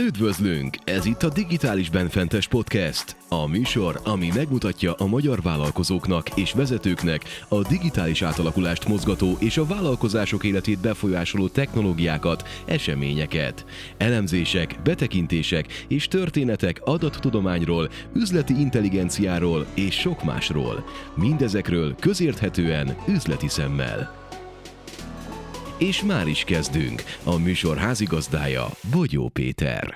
Üdvözlünk! Ez itt a Digitális Benfentes Podcast. A műsor, ami megmutatja a magyar vállalkozóknak és vezetőknek a digitális átalakulást mozgató és a vállalkozások életét befolyásoló technológiákat, eseményeket. Elemzések, betekintések és történetek adattudományról, üzleti intelligenciáról és sok másról. Mindezekről közérthetően, üzleti szemmel. És már is kezdünk. A műsor házigazdája Bogyó Péter.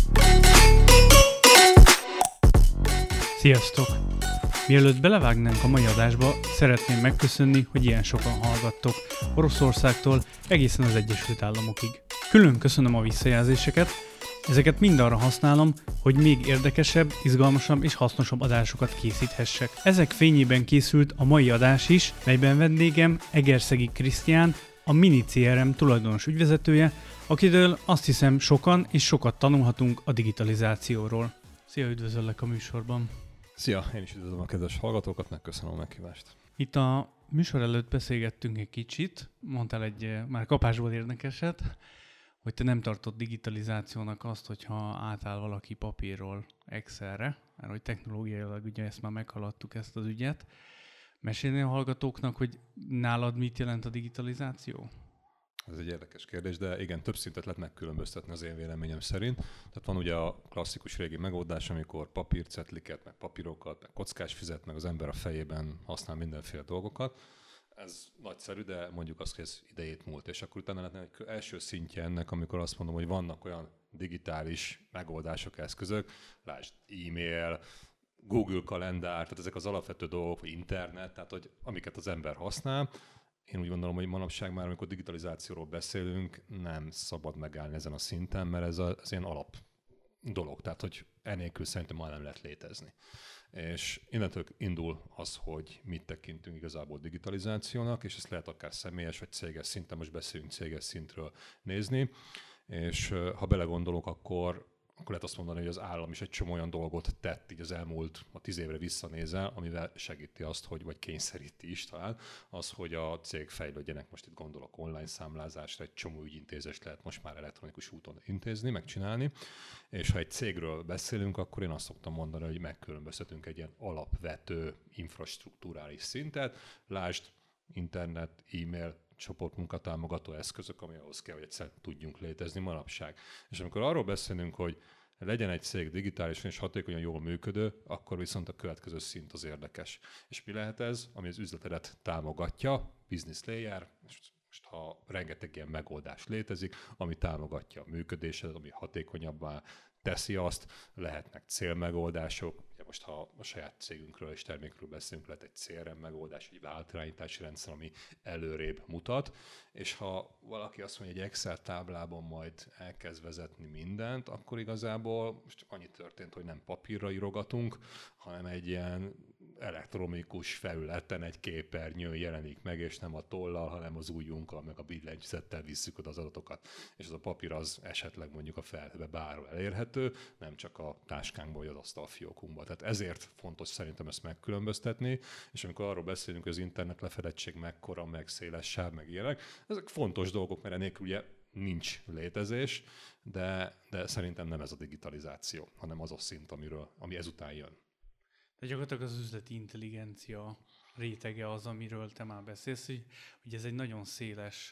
Sziasztok! Mielőtt belevágnánk a mai adásba, szeretném megköszönni, hogy ilyen sokan hallgattok, Oroszországtól egészen az Egyesült Államokig. Külön köszönöm a visszajelzéseket, ezeket mind arra használom, hogy még érdekesebb, izgalmasabb és hasznosabb adásokat készíthessek. Ezek fényében készült a mai adás is, melyben vendégem Egerszegi Krisztián, a Mini CRM tulajdonos ügyvezetője, akitől azt hiszem sokan és sokat tanulhatunk a digitalizációról. Szia, üdvözöllek a műsorban! Szia, én is üdvözlöm a kedves hallgatókat, megköszönöm a meghívást. Itt a műsor előtt beszélgettünk egy kicsit, mondtál egy már kapásból érdekeset, hogy te nem tartod digitalizációnak azt, hogyha átáll valaki papírról Excelre, mert hogy technológiailag ugye ezt már meghaladtuk, ezt az ügyet. Mesélnél a hallgatóknak, hogy nálad mit jelent a digitalizáció? Ez egy érdekes kérdés, de igen, több szintet lehet megkülönböztetni az én véleményem szerint. Tehát van ugye a klasszikus régi megoldás, amikor papírcetliket, meg papírokat, meg kockás fizet, meg az ember a fejében használ mindenféle dolgokat. Ez nagyszerű, de mondjuk azt, hogy ez idejét múlt. És akkor utána lehetne egy első szintje ennek, amikor azt mondom, hogy vannak olyan digitális megoldások, eszközök, lásd e-mail, Google kalendár, tehát ezek az alapvető dolgok, vagy internet, tehát hogy amiket az ember használ. Én úgy gondolom, hogy manapság már, amikor digitalizációról beszélünk, nem szabad megállni ezen a szinten, mert ez az ilyen alap dolog, tehát hogy enélkül szerintem már nem lehet létezni. És innentől indul az, hogy mit tekintünk igazából digitalizációnak, és ezt lehet akár személyes vagy céges szinten, most beszélünk céges szintről nézni, és ha belegondolok, akkor lehet azt mondani, hogy az állam is egy csomó olyan dolgot tett így az elmúlt 10 évre visszanézel, amivel segíti azt, hogy, vagy kényszeríti is talán, az, hogy a cég fejlődjenek. Most itt gondolok online számlázásra, egy csomó ügyintézést lehet most már elektronikus úton intézni, megcsinálni, és ha egy cégről beszélünk, akkor én azt szoktam mondani, hogy megkülönböztetünk egy ilyen alapvető infrastruktúrális szintet, lásd internet, e-mail, csoportmunkatámogató eszközök, ami ahhoz kell, hogy egyszerűen tudjunk létezni manapság. És amikor arról beszélünk, hogy legyen egy cég digitálisan és hatékonyan jól működő, akkor viszont a következő szint az érdekes. És mi lehet ez, ami az üzletedet támogatja, business layer, most ha rengeteg ilyen megoldás létezik, ami támogatja a működésedet, ami hatékonyabbá teszi azt, lehetnek célmegoldások. Ugye most ha a saját cégünkről és termékről beszélünk, lehet egy CRM megoldás, egy vállalatirányítási rendszer, ami előrébb mutat, és ha valaki azt mondja, hogy egy Excel táblában majd elkezd vezetni mindent, akkor igazából most annyi történt, hogy nem papírra írogatunk, hanem egy ilyen elektronikus felületen egy képernyő jelenik meg, és nem a tollal, hanem az ujjunkkal, meg a billentyűzettel visszük oda az adatokat. És az a papír az esetleg mondjuk a felhőbe bárhol elérhető, nem csak a táskánkban vagy az asztalfiókunkban. Tehát ezért fontos szerintem ezt megkülönböztetni, és amikor arról beszélünk, hogy az internet lefedettség mekkora, meg szélesebb, meg ilyenek, ezek fontos dolgok, mert enélkül ugye nincs létezés, de szerintem nem ez a digitalizáció, hanem az a szint, ami ezután jön. De gyakorlatilag az üzleti intelligencia rétege az, amiről te már beszélsz, hogy ez egy nagyon széles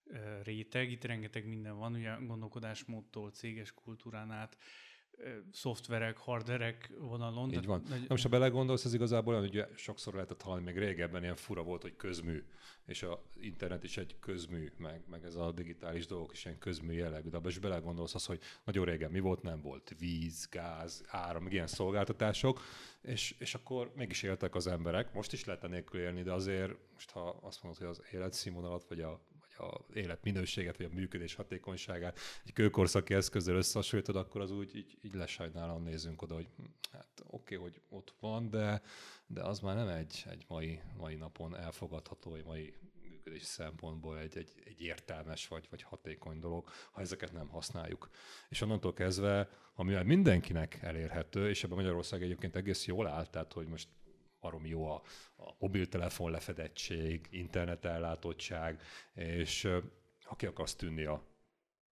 réteg, itt rengeteg minden van, ugye gondolkodásmódtól, céges kultúrán át, szoftverek, hardverek vonalon. Így van. Most ha belegondolsz, ez igazából olyan, hogy sokszor lehetett hallani, még régebben ilyen fura volt, hogy közmű, és az internet is egy közmű, meg ez a digitális dolgok is ilyen közmű jellegű, de abban is belegondolsz az, hogy nagyon régen mi volt, nem volt víz, gáz, áram, meg ilyen szolgáltatások, és akkor mégis éltek az emberek. Most is lehet nélkül élni, de azért most ha azt mondod, hogy az életszínvonalat, vagy a életminőséget, vagy a működés hatékonyságát egy kőkorszaki eszközzel összehasonlítod, akkor az úgy így lesajnálóan nézünk oda, hogy hát oké, hogy ott van, de az már nem egy mai napon elfogadható, vagy mai működési szempontból egy értelmes vagy hatékony dolog, ha ezeket nem használjuk. És onnantól kezdve, amivel mindenkinek elérhető, és ebben Magyarország egyébként egész jól áll, tehát hogy most baromi jó a mobiltelefon lefedettség, internetellátottság, és ha ki akarsz tűnni az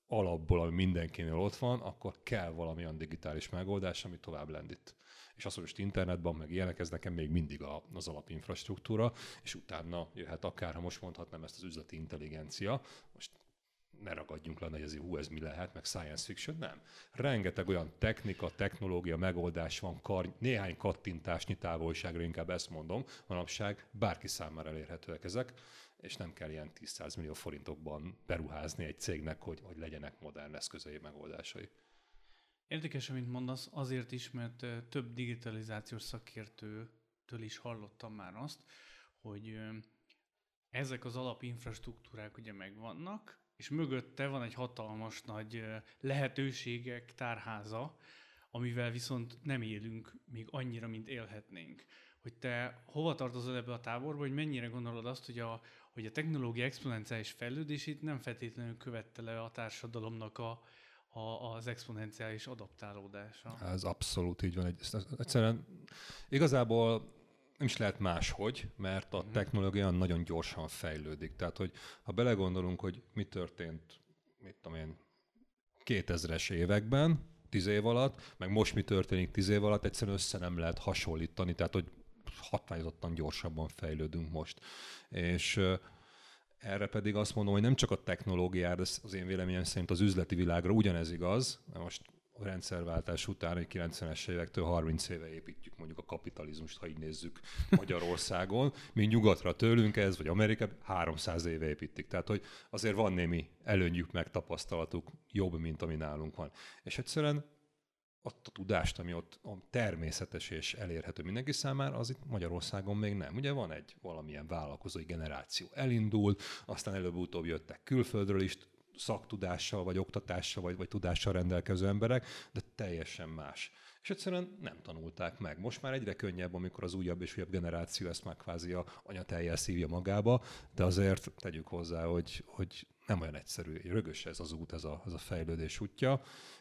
alapból, ami mindenkinél ott van, akkor kell valamilyen digitális megoldás, ami tovább lendít. És azt, hogy most internetben, meg ilyenek, ez nekem még mindig az alapinfrastruktúra, és utána jöhet akár, ha most mondhatnám ezt az üzleti intelligencia, most ne ragadjunk le, hogy ez mi lehet, meg science fiction, nem. Rengeteg olyan technika, technológia, megoldás van, néhány kattintásnyi távolságra, inkább ezt mondom, manapság bárki számára elérhetőek ezek, és nem kell ilyen 10-100 millió forintokban beruházni egy cégnek, hogy legyenek modern eszközei, megoldásai. Érdekes, amit mondasz, azért is, mert több digitalizációs szakértőtől is hallottam már azt, hogy ezek az alapinfrastruktúrák ugye megvannak, és mögötte van egy hatalmas nagy lehetőségek tárháza, amivel viszont nem élünk még annyira, mint élhetnénk. Hogy te hova tartozol ebbe a táborba, hogy mennyire gondolod azt, hogy a technológia exponenciális fejlődését nem feltétlenül követte le a társadalomnak az exponenciális adaptálódása. Ez abszolút így van. Egyszerűen igazából nem is lehet máshogy, mert a technológia nagyon gyorsan fejlődik. Tehát, hogy ha belegondolunk, hogy mi történt, 2000-es években, 10 év alatt, meg most mi történik 10 év alatt, egyszerűen össze nem lehet hasonlítani, tehát, hogy hatványozottan gyorsabban fejlődünk most. És erre pedig azt mondom, hogy nem csak a technológiára, az én véleményem szerint az üzleti világra ugyanez igaz, most a rendszerváltás után, hogy 90-es évektől 30 éve építjük mondjuk a kapitalizmust, ha így nézzük Magyarországon. Mi nyugatra tőlünk ez, vagy Amerika 300 éve építik. Tehát, hogy azért van némi előnyük, meg tapasztalatuk jobb, mint ami nálunk van. És egyszerűen ott a tudást, ami ott természetes és elérhető mindenki számára, az itt Magyarországon még nem. Ugye van egy valamilyen vállalkozói generáció elindul, aztán előbb-utóbb jöttek külföldről is, szaktudással, vagy oktatással, vagy tudással rendelkező emberek, de teljesen más. És egyszerűen nem tanulták meg. Most már egyre könnyebb, amikor az újabb és újabb generáció ezt már kvázi a anyatejjel szívja magába, de azért tegyük hozzá, hogy nem olyan egyszerű. Rögös ez az út, ez a fejlődés útja,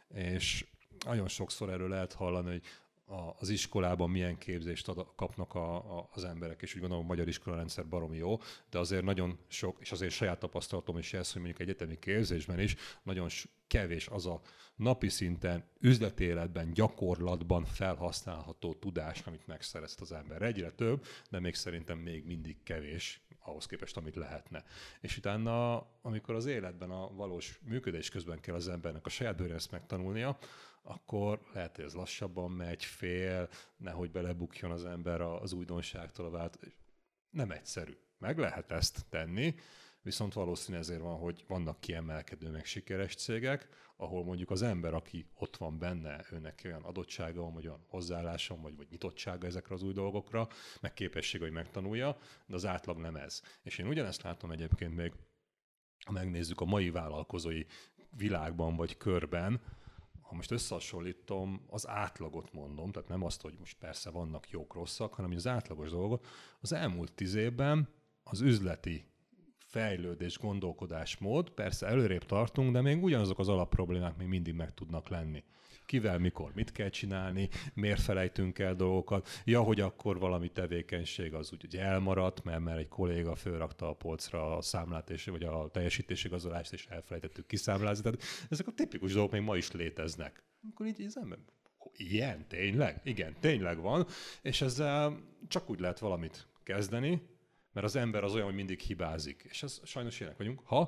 és nagyon sokszor erről lehet hallani, hogy az iskolában milyen képzést kapnak az emberek, és úgy gondolom, a magyar iskolarendszer baromi jó, de azért nagyon sok, és azért saját tapasztalatom is ez, hogy mondjuk egyetemi képzésben is nagyon kevés az a napi szinten, üzleti életben, gyakorlatban felhasználható tudás, amit megszerez az ember. Egyre több, de még szerintem még mindig kevés ahhoz képest, amit lehetne. És utána, amikor az életben a valós működés közben kell az embernek a saját bőrén ezt megtanulnia, akkor lehet, hogy ez lassabban megy, fél, nehogy belebukjon az ember az újdonságtól a vált. Nem egyszerű. Meg lehet ezt tenni, viszont valószínű ezért van, hogy vannak kiemelkedő meg sikeres cégek, ahol mondjuk az ember, aki ott van benne, őnek olyan adottsága van, vagy olyan hozzáállása, vagy nyitottsága ezekre az új dolgokra, meg képessége, hogy megtanulja, de az átlag nem ez. És én ugyanezt látom egyébként még, ha megnézzük a mai vállalkozói világban vagy körben, ha most összehasonlítom, az átlagot mondom, tehát nem azt, hogy most persze vannak jók-rosszak, hanem az átlagos dolgot, az elmúlt 10 évben az üzleti fejlődés, gondolkodásmód, persze előrébb tartunk, de még ugyanazok az alapproblémák még mindig meg tudnak lenni. Kivel, mikor, mit kell csinálni, miért felejtünk el dolgokat, hogy akkor valami tevékenység az úgy elmaradt, mert egy kolléga fölrakta a polcra a számlát, vagy a teljesítési igazolást, és elfelejtettük kiszámlázni. Tehát ezek a tipikus dolgok még ma is léteznek. Akkor így az ember, ilyen, tényleg? Igen, tényleg van, és ezzel csak úgy lehet valamit kezdeni, mert az ember az olyan, hogy mindig hibázik. És ez sajnos ilyenek vagyunk, ha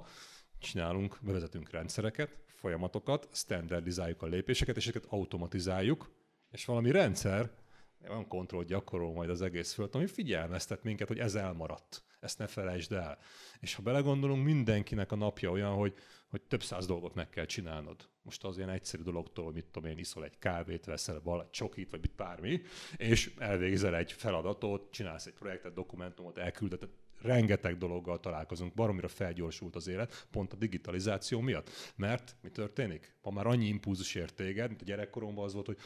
bevezetünk rendszereket, folyamatokat, standardizáljuk a lépéseket, és ezeket automatizáljuk, és valami rendszer, olyan kontrollt gyakorol majd az egész föld, ami figyelmeztet minket, hogy ez elmaradt. Ezt ne felejtsd el. És ha belegondolunk, mindenkinek a napja olyan, hogy több száz dolgot meg kell csinálnod. Most az ilyen egyszerű dologtól, hogy mit tudom én, iszol egy kávét, veszel egy csokit, vagy bármi, és elvégzel egy feladatot, csinálsz egy projektet, dokumentumot, elküldeted. Rengeteg dologgal találkozunk, baromira felgyorsult az élet, pont a digitalizáció miatt. Mert mi történik? Ma már annyi impulzus ért téged, mint a gyerekkoromban az volt, hogy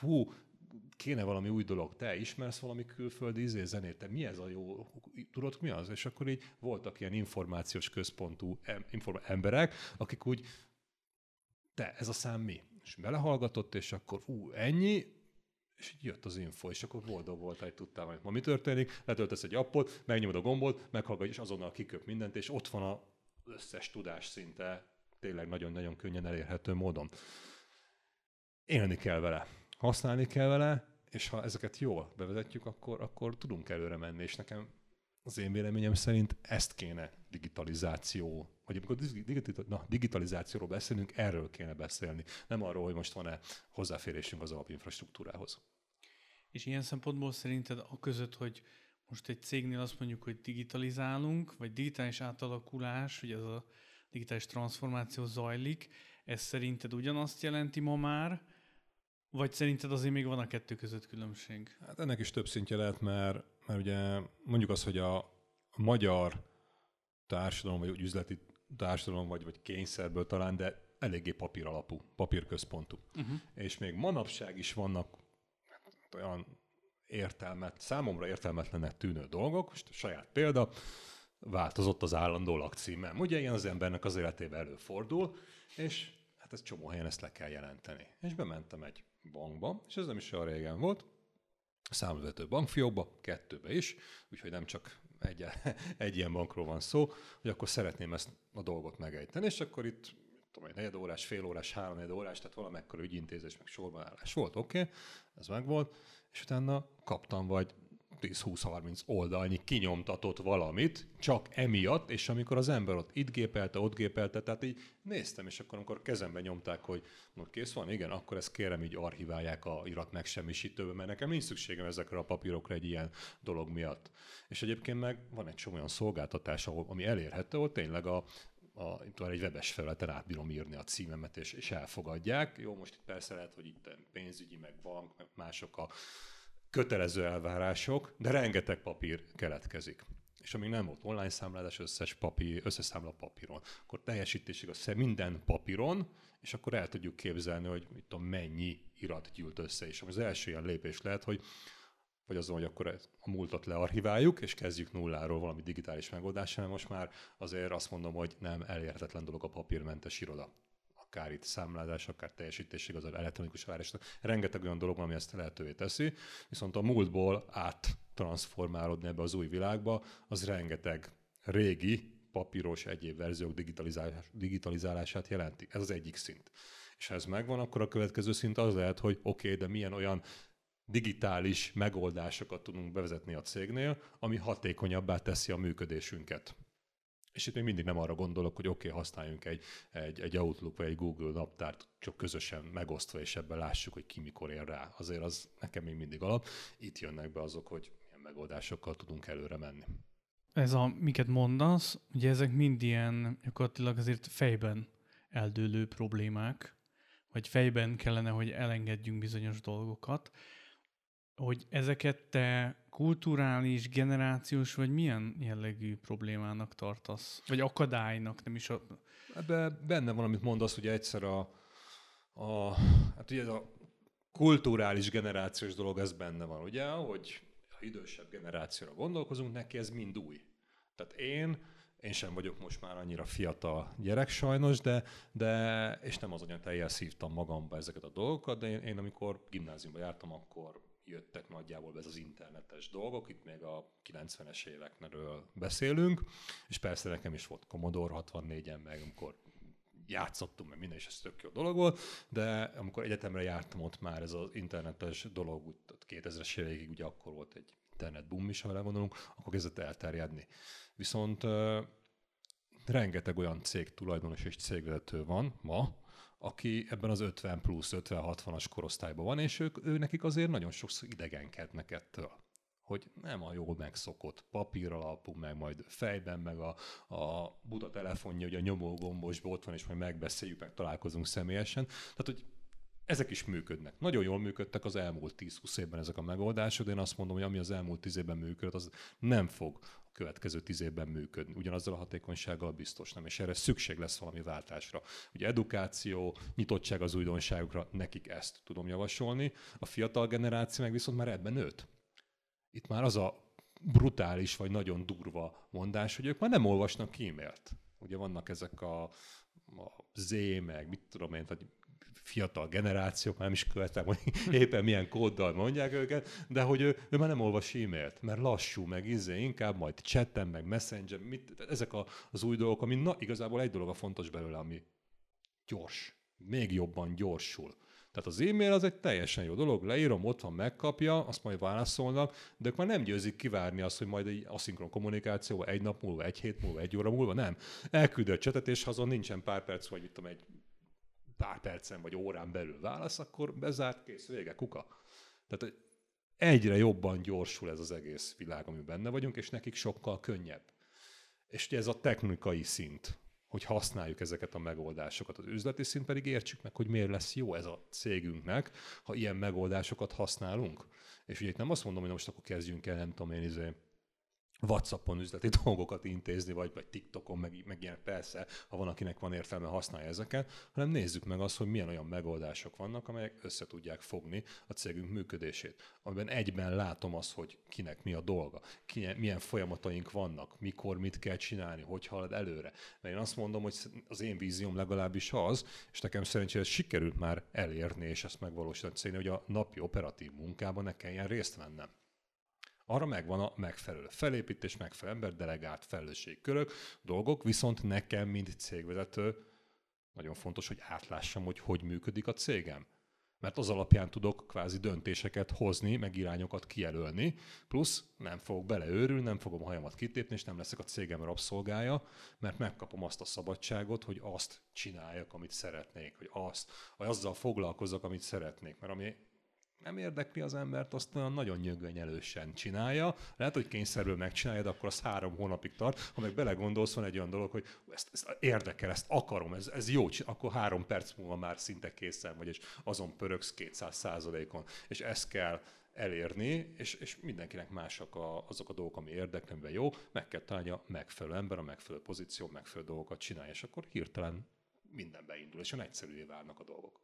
kéne valami új dolog, te ismersz valami külföldi zenét, te mi ez a jó, tudod mi az? És akkor így voltak ilyen információs központú emberek, akik úgy, ez a szám mi? És belehallgatott, és akkor ennyi, és így jött az info, és akkor boldog voltál, hogy tudtál, hogy ma mi történik, letöltesz egy appot, megnyomod a gombot, meghallgatj, és azonnal kiköp mindent, és ott van az összes tudás szinte tényleg nagyon-nagyon könnyen elérhető módon. Élni kell vele, használni kell vele, és ha ezeket jól bevezetjük, akkor tudunk előre menni, és nekem az én véleményem szerint ezt kéne digitalizáció, vagy amikor digitalizációról beszélünk, erről kéne beszélni, nem arról, hogy most van-e hozzáférésünk az alapinfrastruktúrához. És ilyen szempontból szerinted a között, hogy most egy cégnél azt mondjuk, hogy digitalizálunk, vagy digitális átalakulás, hogy ez a digitális transformáció zajlik, ez szerinted ugyanazt jelenti ma már, vagy szerinted azért még van a kettő között különbség? Hát ennek is több szintje lehet, mert ugye mondjuk azt, hogy a magyar társadalom, vagy üzleti társadalom, vagy kényszerből talán, de eléggé papír alapú, papírközpontú. És még manapság is vannak olyan számomra értelmetlenek tűnő dolgok, most saját példa, változott az állandó lakcímem. Ugye ilyen az embernek az életében előfordul, és hát ez csomó helyen ezt le kell jelenteni. És bementem egy bankba, és ez nem is olyan régen volt, számlavezető bankfiókba, 2-be is, úgyhogy nem csak egy ilyen bankról van szó, hogy akkor szeretném ezt a dolgot megejteni, és akkor itt egy negyedórás, félórás, 3-4 órás, tehát valamekkora ügyintézés, meg sorbanállás volt, oké, ez megvolt, és utána kaptam vagy 10-20-30 oldalnyi kinyomtatott valamit, csak emiatt, és amikor az ember ott gépelte, ott gépelte, tehát így néztem, és akkor amikor kezembe nyomták, hogy kész van, igen, akkor ezt kérem így archiválják a irat megsemmisítőbe, mert nekem nincs szükségem ezekre a papírokra egy ilyen dolog miatt. És egyébként meg van egy csomó olyan szolgáltatás, ami elérhető, ahol tényleg egy webes felületen át bírom írni a címemet, és elfogadják. Jó, most itt persze lehet, hogy itt pénzügyi, meg bank, meg mások a kötelező elvárások, de rengeteg papír keletkezik. És amíg nem volt online számlázás, összeszámla papíron, akkor teljesítésig minden papíron, és akkor el tudjuk képzelni, hogy mennyi irat gyűlt össze. És az első ilyen lépés lehet, vagy azon, hogy akkor a múltat learchiváljuk, és kezdjük nulláról valami digitális megoldással, mert most már azért azt mondom, hogy nem elérhetetlen dolog a papírmentes iroda. Akár itt számlázás, akár teljesítésig, az elektronikus várásnak. Rengeteg olyan dolog, ami ezt lehetővé teszi, viszont a múltból áttranszformálódni ebbe az új világba, az rengeteg régi, papíros egyéb verziók digitalizálását jelenti. Ez az egyik szint. És ha ez megvan, akkor a következő szint az lehet, hogy oké, de milyen olyan digitális megoldásokat tudunk bevezetni a cégnél, ami hatékonyabbá teszi a működésünket. És itt még mindig nem arra gondolok, hogy oké, használjunk egy Outlook vagy egy Google naptárt, csak közösen megosztva, és ebben lássuk, hogy ki mikor ér rá. Azért az nekem még mindig alap. Itt jönnek be azok, hogy milyen megoldásokkal tudunk előre menni. Miket mondasz, ugye ezek mind ilyen gyakorlatilag azért fejben eldőlő problémák, vagy fejben kellene, hogy elengedjünk bizonyos dolgokat, hogy ezeket te kulturális, generációs, vagy milyen jellegű problémának tartasz? Vagy akadálynak, nem is a... Ebben benne van, amit mondasz, ugye egyszer hát ugye ez a kulturális generációs dolog, ez benne van, ugye, hogy ha idősebb generációra gondolkozunk, neki ez mind új. Tehát én sem vagyok most már annyira fiatal gyerek sajnos, de és nem az anyatejjel szívtam magamba ezeket a dolgokat, de én amikor gimnáziumba jártam, akkor jöttek nagyjából ez az internetes dolgok, itt még a 90-es évekről beszélünk, és persze nekem is volt Commodore 64-en, meg amikor játszottunk, meg minden, és ez tök jó dolog volt, de amikor egyetemre jártam, ott már ez az internetes dolog, úgy 2000-es évekig, ugye akkor volt egy internet boom is, ha belegondolunk, akkor kezdett elterjedni. Viszont rengeteg olyan cég tulajdonos és cégvezető van ma, aki ebben az 50 plusz 50-60-as korosztályban van, és ő nekik azért nagyon sokszor idegenkednek ettől. Hogy nem a jól megszokott papír alapú, meg majd fejben, meg a buta telefonja, hogy a nyomógombosban ott van, és majd megbeszéljük, meg találkozunk személyesen. Tehát, hogy ezek is működnek. Nagyon jól működtek az elmúlt 10-20 évben ezek a megoldások, de én azt mondom, hogy ami az elmúlt 10 évben működött, az nem fog a következő 10 évben működni. Ugyanazzal a hatékonysággal biztos nem, és erre szükség lesz valami váltásra. Ugye edukáció, nyitottság az újdonságokra, nekik ezt tudom javasolni. A fiatal generáció meg viszont már ebben nőtt. Itt már az a brutális vagy nagyon durva mondás, hogy ők már nem olvasnak e-mailt. Ugye vannak ezek a Z, meg mit tudom én, vagy fiatal generációk, már nem is követem, hogy éppen milyen kóddal mondják őket, de hogy ő már nem olvas e-mailt, mert lassú, meg inkább majd chatten, meg messenger, ezek az új dolgok, ami igazából egy dolog a fontos belőle, ami gyors, még jobban gyorsul. Tehát az e-mail az egy teljesen jó dolog, leírom, ott van, megkapja, azt majd válaszolnak, de ők már nem győzik kivárni azt, hogy majd egy aszinkron kommunikáció egy nap múlva, egy hét múlva, egy óra múlva, nem. Elküldött csetet, és ha azon nincsen pár perc, vagy mit tudom, egy pár percen vagy órán belül válasz, akkor bezárt, kész, vége, kuka. Tehát egyre jobban gyorsul ez az egész világ, amiben benne vagyunk, és nekik sokkal könnyebb. És ugye ez a technikai szint, hogy használjuk ezeket a megoldásokat. Az üzleti szint pedig értsük meg, hogy miért lesz jó ez a cégünknek, ha ilyen megoldásokat használunk. És ugye itt nem azt mondom, hogy most akkor kezdjünk el, nem tudom én, WhatsAppon üzleti dolgokat intézni, vagy TikTokon, meg ilyen persze, ha van, akinek van értelme, használja ezeket, hanem nézzük meg azt, hogy milyen olyan megoldások vannak, amelyek össze tudják fogni a cégünk működését. Amiben egyben látom azt, hogy kinek mi a dolga, milyen folyamataink vannak, mikor mit kell csinálni, hogy halad előre. Mert én azt mondom, hogy az én vízióm legalábbis az, és nekem szerencsére sikerült már elérni, és ezt megvalósítani célni, hogy a napi operatív munkában ne kelljen részt vennem. Arra megvan a megfelelő felépítés, megfelelő ember, delegált felelősségkörök, dolgok, viszont nekem, mint cégvezető, nagyon fontos, hogy átlássam, hogy működik a cégem. Mert az alapján tudok kvázi döntéseket hozni, meg irányokat kijelölni, plusz nem fogok beleőrülni, nem fogom a hajamat kitépni, és nem leszek a cégem rabszolgája, mert megkapom azt a szabadságot, hogy azt csináljak, amit szeretnék, hogy azzal foglalkozzak, amit szeretnék. Mert ami nem érdekli az embert, azt olyan nagyon nyögvenyelősen csinálja. Lehet, hogy kényszerből megcsinálja, de akkor az 3 hónapig tart. Ha meg belegondolsz, van egy olyan dolog, hogy ezt érdekel, ezt akarom, ez jó, akkor 3 perc múlva már szinte készen vagy, és azon pörögsz 200%-on. És ezt kell elérni, és mindenkinek másak azok a dolgok, ami érdekli, amiben jó, meg kell találni a megfelelő ember, a megfelelő pozíció, megfelelő dolgokat csinálja, és akkor hirtelen minden beindul, és olyan egyszerűvé válnak a dolgok.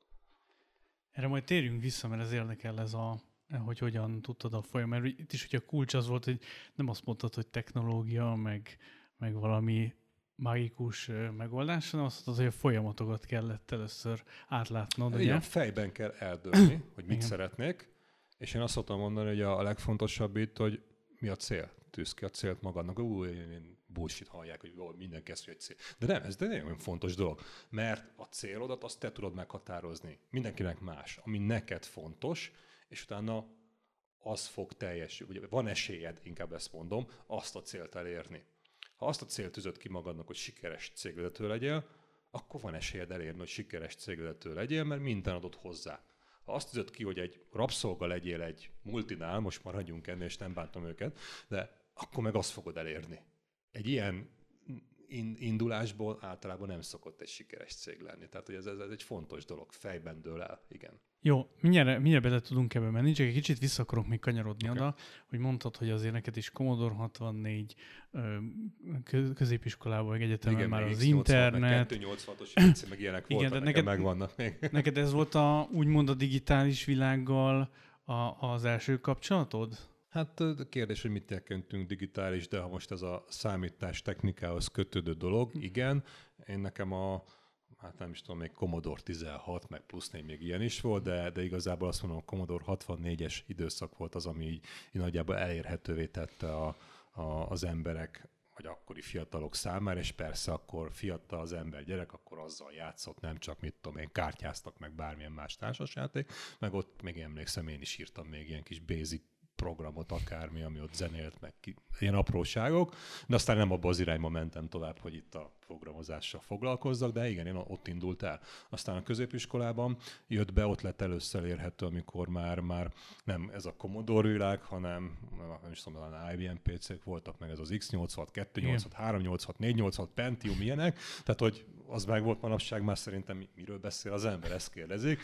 Erre majd térjünk vissza, mert ez érdekel hogy hogyan tudtad a folyam. Mert itt is, hogy a kulcs az volt, hogy nem azt mondtad, hogy technológia, meg valami mágikus megoldás, hanem azt mondtad, hogy a folyamatokat kellett először átlátnod. Igen, fejben kell eldönteni, hogy mit szeretnék, és én azt szoktam mondani, hogy a legfontosabb itt, hogy mi a cél. Tűz ki a célt magadnak. Bullshit hallják, hogy mindenki ezt, hogy egy cél. De nem, ez nagyon fontos dolog. Mert a célodat azt te tudod meghatározni. Mindenkinek más. Ami neked fontos, és utána az fog teljesülni. Van esélyed, inkább ezt mondom, azt a célt elérni. Ha azt a célt tűzöd ki magadnak, hogy sikeres cégvezető legyél, akkor van esélyed elérni, hogy sikeres cégvezető legyél, mert minden adott hozzá. Ha azt tűzöd ki, hogy egy rabszolga legyél egy multinál, most maradjunk ennél, és nem bántom őket, de akkor meg azt fogod elérni. Egy ilyen indulásból általában nem szokott egy sikeres cég lenni. Tehát hogy ez egy fontos dolog, fejben dől el, igen. Jó, mindjárt bele tudunk ebbe menni, csak egy kicsit vissza akarok még kanyarodni oda, hogy mondtad, hogy azért neked is Commodore 64 középiskolában, vagy egyetemen igen, már az internet. Igen, 286-os meg ilyenek voltak, nekem megvannak még. Neked ez volt úgymond a digitális világgal az első kapcsolatod? Hát a kérdés, hogy mit tekintünk digitális, de ha most ez a számítás technikához kötődő dolog, igen. Én nekem hát nem is tudom, még Commodore 16, meg plusz 4 még ilyen is volt, de igazából azt mondom, a Commodore 64-es időszak volt az, ami így nagyjából elérhetővé tette az emberek, vagy akkori fiatalok számára, és persze akkor fiatal az ember, gyerek, akkor azzal játszott, nem csak mit tudom én, kártyáztak meg bármilyen más társasjáték, meg ott még emlékszem, én is írtam még ilyen kis basic programot, akármi, ami ott zenélt, meg ilyen apróságok, de aztán nem abba az irányba mentem tovább, hogy itt a programozással foglalkozzak, de igen, én ott indult el. Aztán a középiskolában jött be, ott lett először érhető, amikor már nem ez a Commodore világ, hanem nem is tudom, IBM PC-k voltak, meg ez az X86, 286, 386, 486, Pentium, ilyenek, tehát hogy az meg volt manapság, már szerintem miről beszél az ember, ezt kérdezik,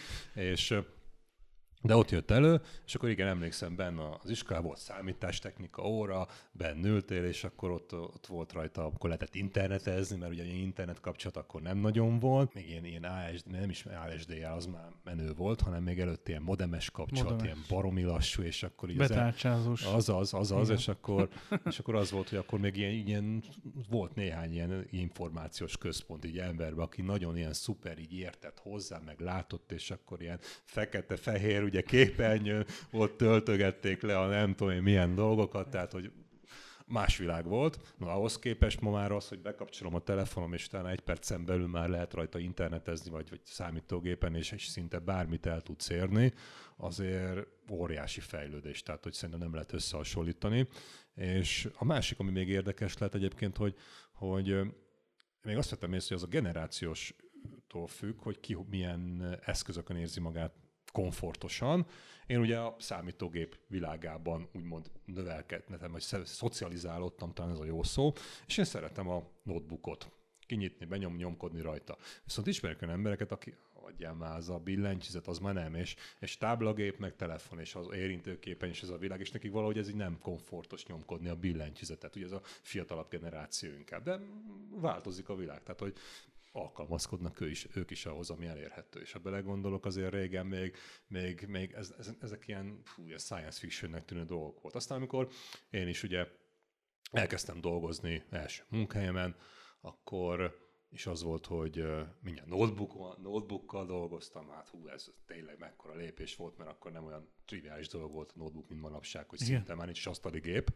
de ott jött elő, és akkor igen, emlékszem, benne az iskolában volt számítástechnika óra, benne ültél, és akkor ott volt rajta, akkor lehetett internetezni, mert ugye internet kapcsolat akkor nem nagyon volt, még ilyen ASD, nem is ASD-jel az már menő volt, hanem még előtt ilyen modemes kapcsolat, ilyen baromi lassú, és akkor így betárcsázós. Az, és akkor az volt, hogy akkor még ilyen volt néhány ilyen információs központ így emberben, aki nagyon ilyen szuper így értett hozzá, meg látott, és akkor ilyen fekete-fehér ugye képernyő, ott töltögették le a nem tudom én milyen dolgokat, tehát hogy más világ volt. Na, ahhoz képest ma már az, hogy bekapcsolom a telefonom, és utána 1 percen belül már lehet rajta internetezni, vagy számítógépen, és szinte bármit el tudsz érni, azért óriási fejlődés, tehát hogy szerintem nem lehet összehasonlítani. És a másik, ami még érdekes lehet egyébként, hogy még azt vettem észre, hogy az a generációstól függ, hogy ki milyen eszközökön érzi magát komfortosan. Én ugye a számítógép világában úgymond növelkedtem, vagy szocializálódtam, talán ez a jó szó, és én szeretem a notebookot kinyitni, nyomkodni rajta. Viszont ismerek olyan embereket, aki adjál már, az a billentyűzet, az már nem, és táblagép, meg telefon, és az érintőképen is ez a világ, és nekik valahogy ez így nem komfortos nyomkodni a billentyűzetet, ugye ez a fiatalabb generáció inkább, de változik a világ, tehát hogy alkalmazkodnak ők is ahhoz, ami elérhető. És ha belegondolok, azért régen még ezek ilyen science fictionnek tűnő dolgok volt. Aztán amikor én is ugye elkezdtem dolgozni első munkahelyemen, akkor és az volt, hogy mindjárt notebookkal dolgoztam, hát ez tényleg mekkora lépés volt, mert akkor nem olyan triviális dolog volt a notebook, mint manapság, hogy szinte már nincs is asztali gép,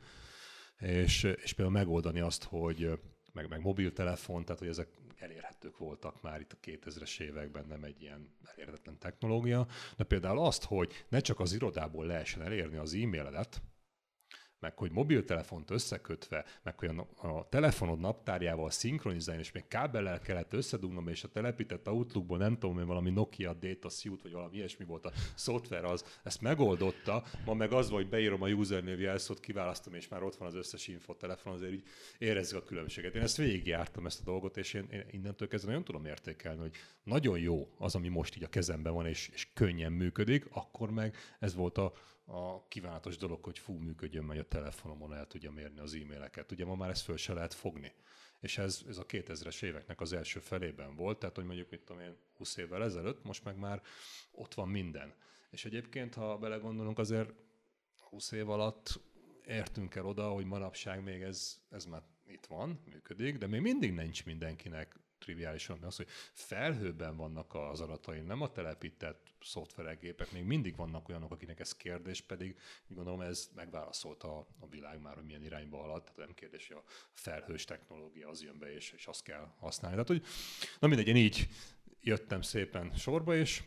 és például megoldani azt, hogy meg mobiltelefon, tehát hogy ezek elérhetők voltak már itt a 2000-es években, nem egy ilyen elérhetetlen technológia, de például azt, hogy ne csak az irodából lehessen elérni az e-mailedet, meg hogy mobiltelefont összekötve, meg hogy a telefonod naptárjával szinkronizálni, és még kábellel kellett összedugnom, és a telepített Outlookból nem tudom, hogy valami Nokia Data Suite, vagy valami ilyesmi volt a szoftver, az ezt megoldotta, ma meg az, hogy beírom a usernév jelszót, kiválasztom, és már ott van az összes info telefon, azért így érezzük a különbséget. Én ezt végigjártam ezt a dolgot, és én innentől kezdve nagyon tudom értékelni, hogy nagyon jó az, ami most így a kezemben van, és könnyen működik, akkor meg ez volt a kívánatos dolog, hogy működjön, majd a telefonomon el tudja mérni az e-maileket. Ugye ma már ezt föl se lehet fogni. És ez a 2000-es éveknek az első felében volt, tehát hogy mondjuk, mit tudom én, 20 évvel ezelőtt, most meg már ott van minden. És egyébként, ha belegondolunk, azért 20 év alatt értünk el oda, hogy manapság még ez már itt van, működik, de még mindig nincs mindenkinek triviálisan az, hogy felhőben vannak az adataim, nem a telepített szoftverek, gépek, még mindig vannak olyanok, akinek ez kérdés, pedig gondolom ez megválaszolta a világ már, hogy milyen irányba halad, tehát nem kérdés, hogy a felhős technológia az jön be, és azt kell használni. Tehát, hogy na mindegy, én így jöttem szépen sorba, és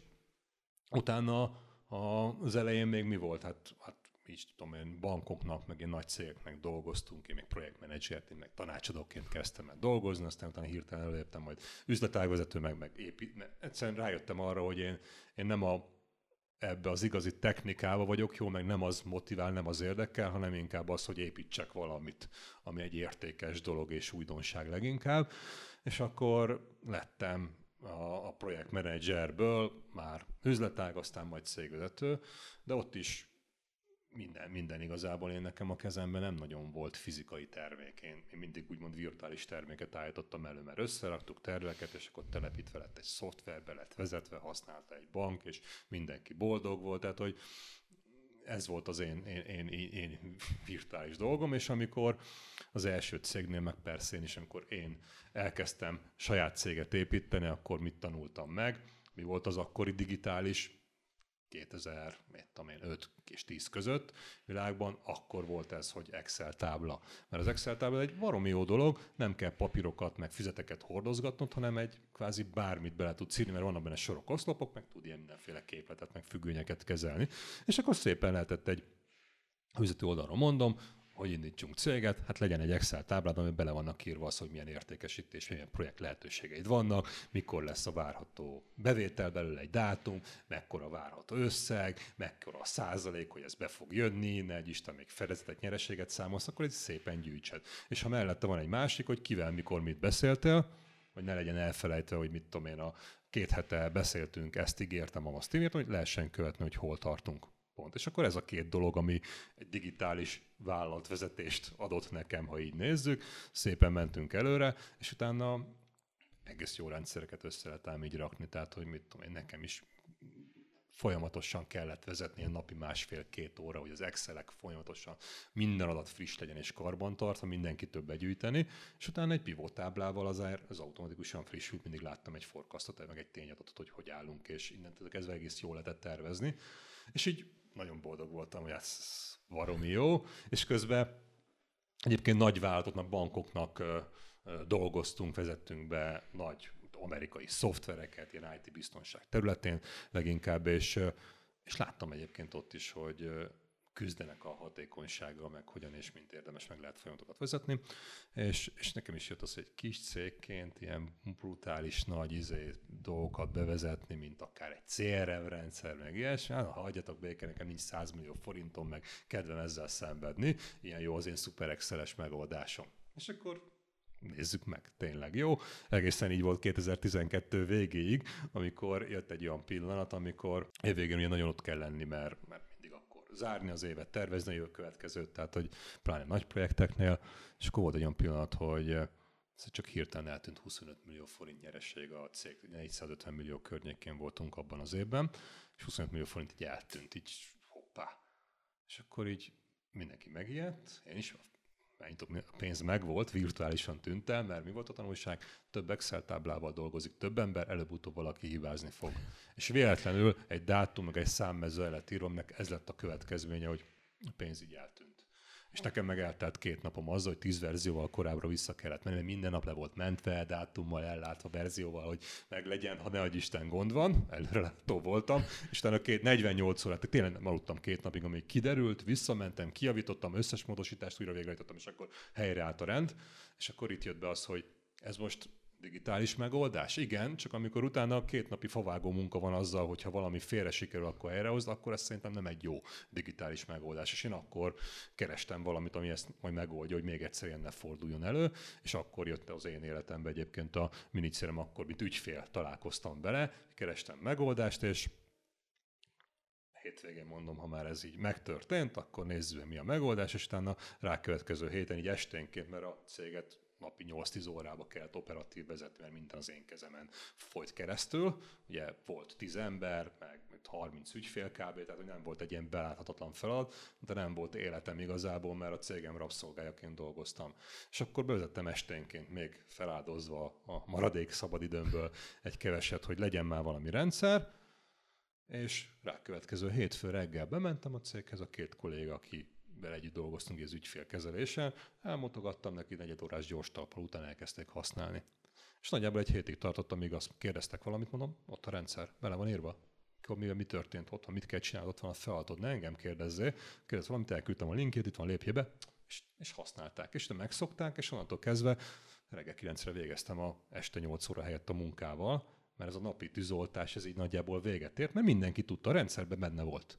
utána az elején még mi volt? Hát így tudom, én bankoknak, meg én nagy cégeknek dolgoztunk, én még projektmenedzserként, meg tanácsadóként kezdtem el dolgozni, aztán utána hirtelen előléptem majd üzletágvezető, meg egyszerűen rájöttem arra, hogy én nem ebbe az igazi technikába vagyok jó, meg nem az motivál, nem az érdekel, hanem inkább az, hogy építsek valamit, ami egy értékes dolog és újdonság leginkább. És akkor lettem a projektmenedzserből már üzletág, aztán majd cégvezető, de ott is minden igazából én nekem a kezemben nem nagyon volt fizikai termék. Én mindig úgymond virtuális terméket állítottam elő, mert összeraktuk terveket, és akkor telepítve lett egy szoftverbe, lett vezetve, használta egy bank, és mindenki boldog volt. Tehát, hogy ez volt az én virtuális dolgom, és amikor az első cégnél, meg persze én is, amikor én elkezdtem saját céget építeni, akkor mit tanultam meg? Mi volt az akkori digitális 2005 és 10 között világban, akkor volt ez, hogy Excel tábla. Mert az Excel tábla egy baromi jó dolog, nem kell papírokat, meg füzeteket hordozgatnod, hanem egy kvázi bármit bele tudsz írni, mert vannak benne sorok, oszlopok, meg tud ilyen mindenféle képletet, meg függvényeket kezelni. És akkor szépen lehetett egy üzleti oldalról mondom, hogy indítsunk céget, hát legyen egy Excel táblád, amiben bele vannak írva az, hogy milyen értékesítés, milyen projekt lehetőségeid vannak, mikor lesz a várható bevétel belőle, egy dátum, mekkora várható összeg, mekkora a százalék, hogy ez be fog jönni, ne egy Isten még fedezetet, nyereséget számolsz, akkor egy szépen gyűjtsed. És ha mellette van egy másik, hogy kivel, mikor, mit beszéltél, hogy ne legyen elfelejtve, hogy mit tudom én, a 2 hete beszéltünk, ezt ígértem, azt ígértem, hogy lehessen követni, hogy hol tartunk. Pont. És akkor ez a 2 dolog, ami egy digitális vállalatvezetést adott nekem, ha így nézzük. Szépen mentünk előre, és utána egész jó rendszereket össze lehet ám így rakni, tehát hogy mit tudom én, nekem is folyamatosan kellett vezetni a napi 1,5-2 óra, hogy az Excelek folyamatosan minden adat friss legyen és karbantartva, mindenkitől begyűjteni, és utána egy pivot táblával az automatikusan frissült, mindig láttam egy forecastot, meg egy tényadatot, hogy állunk, és innentől kezdve egész jól lehetett tervezni. És így nagyon boldog voltam, hogy ez baromi jó, és közben egyébként nagy vállalatoknak, bankoknak dolgoztunk, vezettünk be nagy amerikai szoftvereket, ilyen IT biztonság területén leginkább, és láttam egyébként ott is, hogy küzdenek a hatékonysággal, meg hogyan és mint érdemes meg lehet folyamatokat vezetni, és nekem is jött az, hogy kis cégként ilyen brutális nagy dolgokat bevezetni, mint akár egy CRM rendszer, meg ilyesmi, hagyjatok béke, nekem nincs 100 millió forintom, meg kedvem ezzel szenvedni, ilyen jó az én szuper Excel-es megoldásom. És akkor nézzük meg, tényleg jó. Egészen így volt 2012 végéig, amikor jött egy olyan pillanat, amikor évvégén ugye nagyon ott kell lenni, mert mindig akkor zárni az évet, tervezni a jövő következőt, tehát hogy pláne nagy projekteknél, és akkor volt egy olyan pillanat, hogy csak hirtelen eltűnt 25 millió forint nyereség a cég, 450 millió környékén voltunk abban az évben, és 25 millió forint így eltűnt, így hoppá. És akkor így mindenki megijedt, én is, a pénz megvolt, virtuálisan tűnt el, mert mi volt a tanulság? Több Excel táblával dolgozik több ember, előbb-utóbb valaki hibázni fog. És véletlenül egy dátum, meg egy számmező el lett írva, ez lett a következménye, hogy a pénz így eltűnt. És nekem meg eltelt 2 napom azzal, hogy 10 verzióval korábbra vissza kellett menni, mert minden nap le volt mentve, dátummal, ellátva verzióval, hogy meglegyen, ha ne adj Isten gond van, előrelátó voltam, és utána 48 órát, tényleg nem aludtam 2 napig, amíg kiderült, visszamentem, kijavítottam, összes módosítást újra végrehajtottam, és akkor helyreállt a rend, és akkor itt jött be az, hogy ez most digitális megoldás? Igen, csak amikor utána 2 napi favágó munka van azzal, hogyha valami félre sikerül, akkor helyrehozd, akkor ez szerintem nem egy jó digitális megoldás. És én akkor kerestem valamit, ami ezt majd megoldja, hogy még egyszer ilyen ne forduljon elő, és akkor jött az én életembe egyébként a minicérem, akkor mint ügyfél találkoztam vele, kerestem megoldást, és hétvégén mondom, ha már ez így megtörtént, akkor nézzük, mi a megoldás, és utána rákövetkező héten, így esténként, mert a céget napi 8-10 órába kellett operatív vezetni, mert minden az én kezemen folyt keresztül. Ugye volt 10 ember, meg 30 ügyfél kb., tehát hogy nem volt egy ilyen beláthatatlan feladat, de nem volt életem igazából, mert a cégem rabszolgájaként dolgoztam. És akkor bevezettem esténként még feláldozva a maradék szabadidőmből egy keveset, hogy legyen már valami rendszer, és rákövetkező hétfő reggel bementem a céghez, a 2 kolléga, aki vele együtt dolgoztunk az ügyfélkezelésen, elmutogattam neki, 4 órás gyors talpal után elkezdték használni. És nagyjából egy hétig tartott, amíg azt kérdeztek valamit, mondom, ott a rendszer, bele van írva. Mi történt ott, mit kell csinálni, ott van a feladatod, ne engem kérdezzél. Kérdezz valamit, elküldtem a linkjét, itt van, lépjél be, és használták. És megszokták, és onnantól kezdve reggel 9-re végeztem a este 8 óra helyett a munkával, mert ez a napi tűzoltás, ez így nagyjából véget ért, mert mindenki tudta, a rendszerben benne volt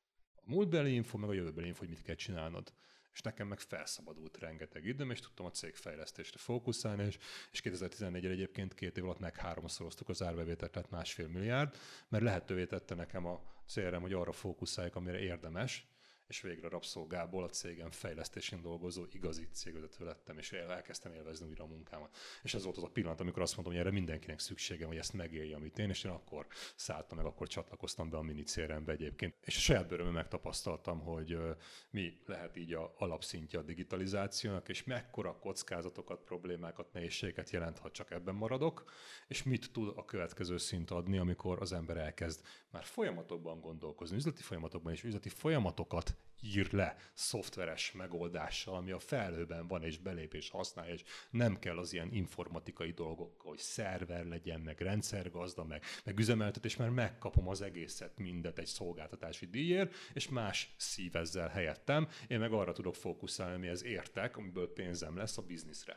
a múltbeli info, meg a jövőbeli info, hogy mit kell csinálnod. És nekem meg felszabadult rengeteg időm, és tudtam a cégfejlesztésre fókuszálni, és 2014-re egyébként 2 év alatt meg 3-szoroztuk az árbevételt, tehát 1,5 milliárd, mert lehetővé tette nekem a CRM, hogy arra fókuszáljak, amire érdemes, és végre rabszolgából a cégem fejlesztésén dolgozó igazi cégvezető lettem, és elkezdtem élvezni újra a munkámat. És ez volt az a pillanat, amikor azt mondtam, hogy erre mindenkinek szükségem, hogy ezt megélje, amit én, és én akkor szálltam meg, akkor csatlakoztam be a mini CRM-be egyébként. És a saját bőrömön megtapasztaltam, hogy mi lehet így a alapszintje a digitalizációnak, és mekkora kockázatokat, problémákat, nehézségeket jelent, ha csak ebben maradok, és mit tud a következő szint adni, amikor az ember elkezd már folyamatokban gondolkozni, üzleti folyamatokban, és üzleti folyamatokat ír le szoftveres megoldással, ami a felhőben van, és belép és használja, és nem kell az ilyen informatikai dolgokkal, hogy szerver legyen, meg rendszergazda, meg üzemeltetés, mert megkapom az egészet, mindet egy szolgáltatási díjért, és más szívezzel helyettem. Én meg arra tudok fókuszálni, amihez értek, amiből pénzem lesz a bizniszre.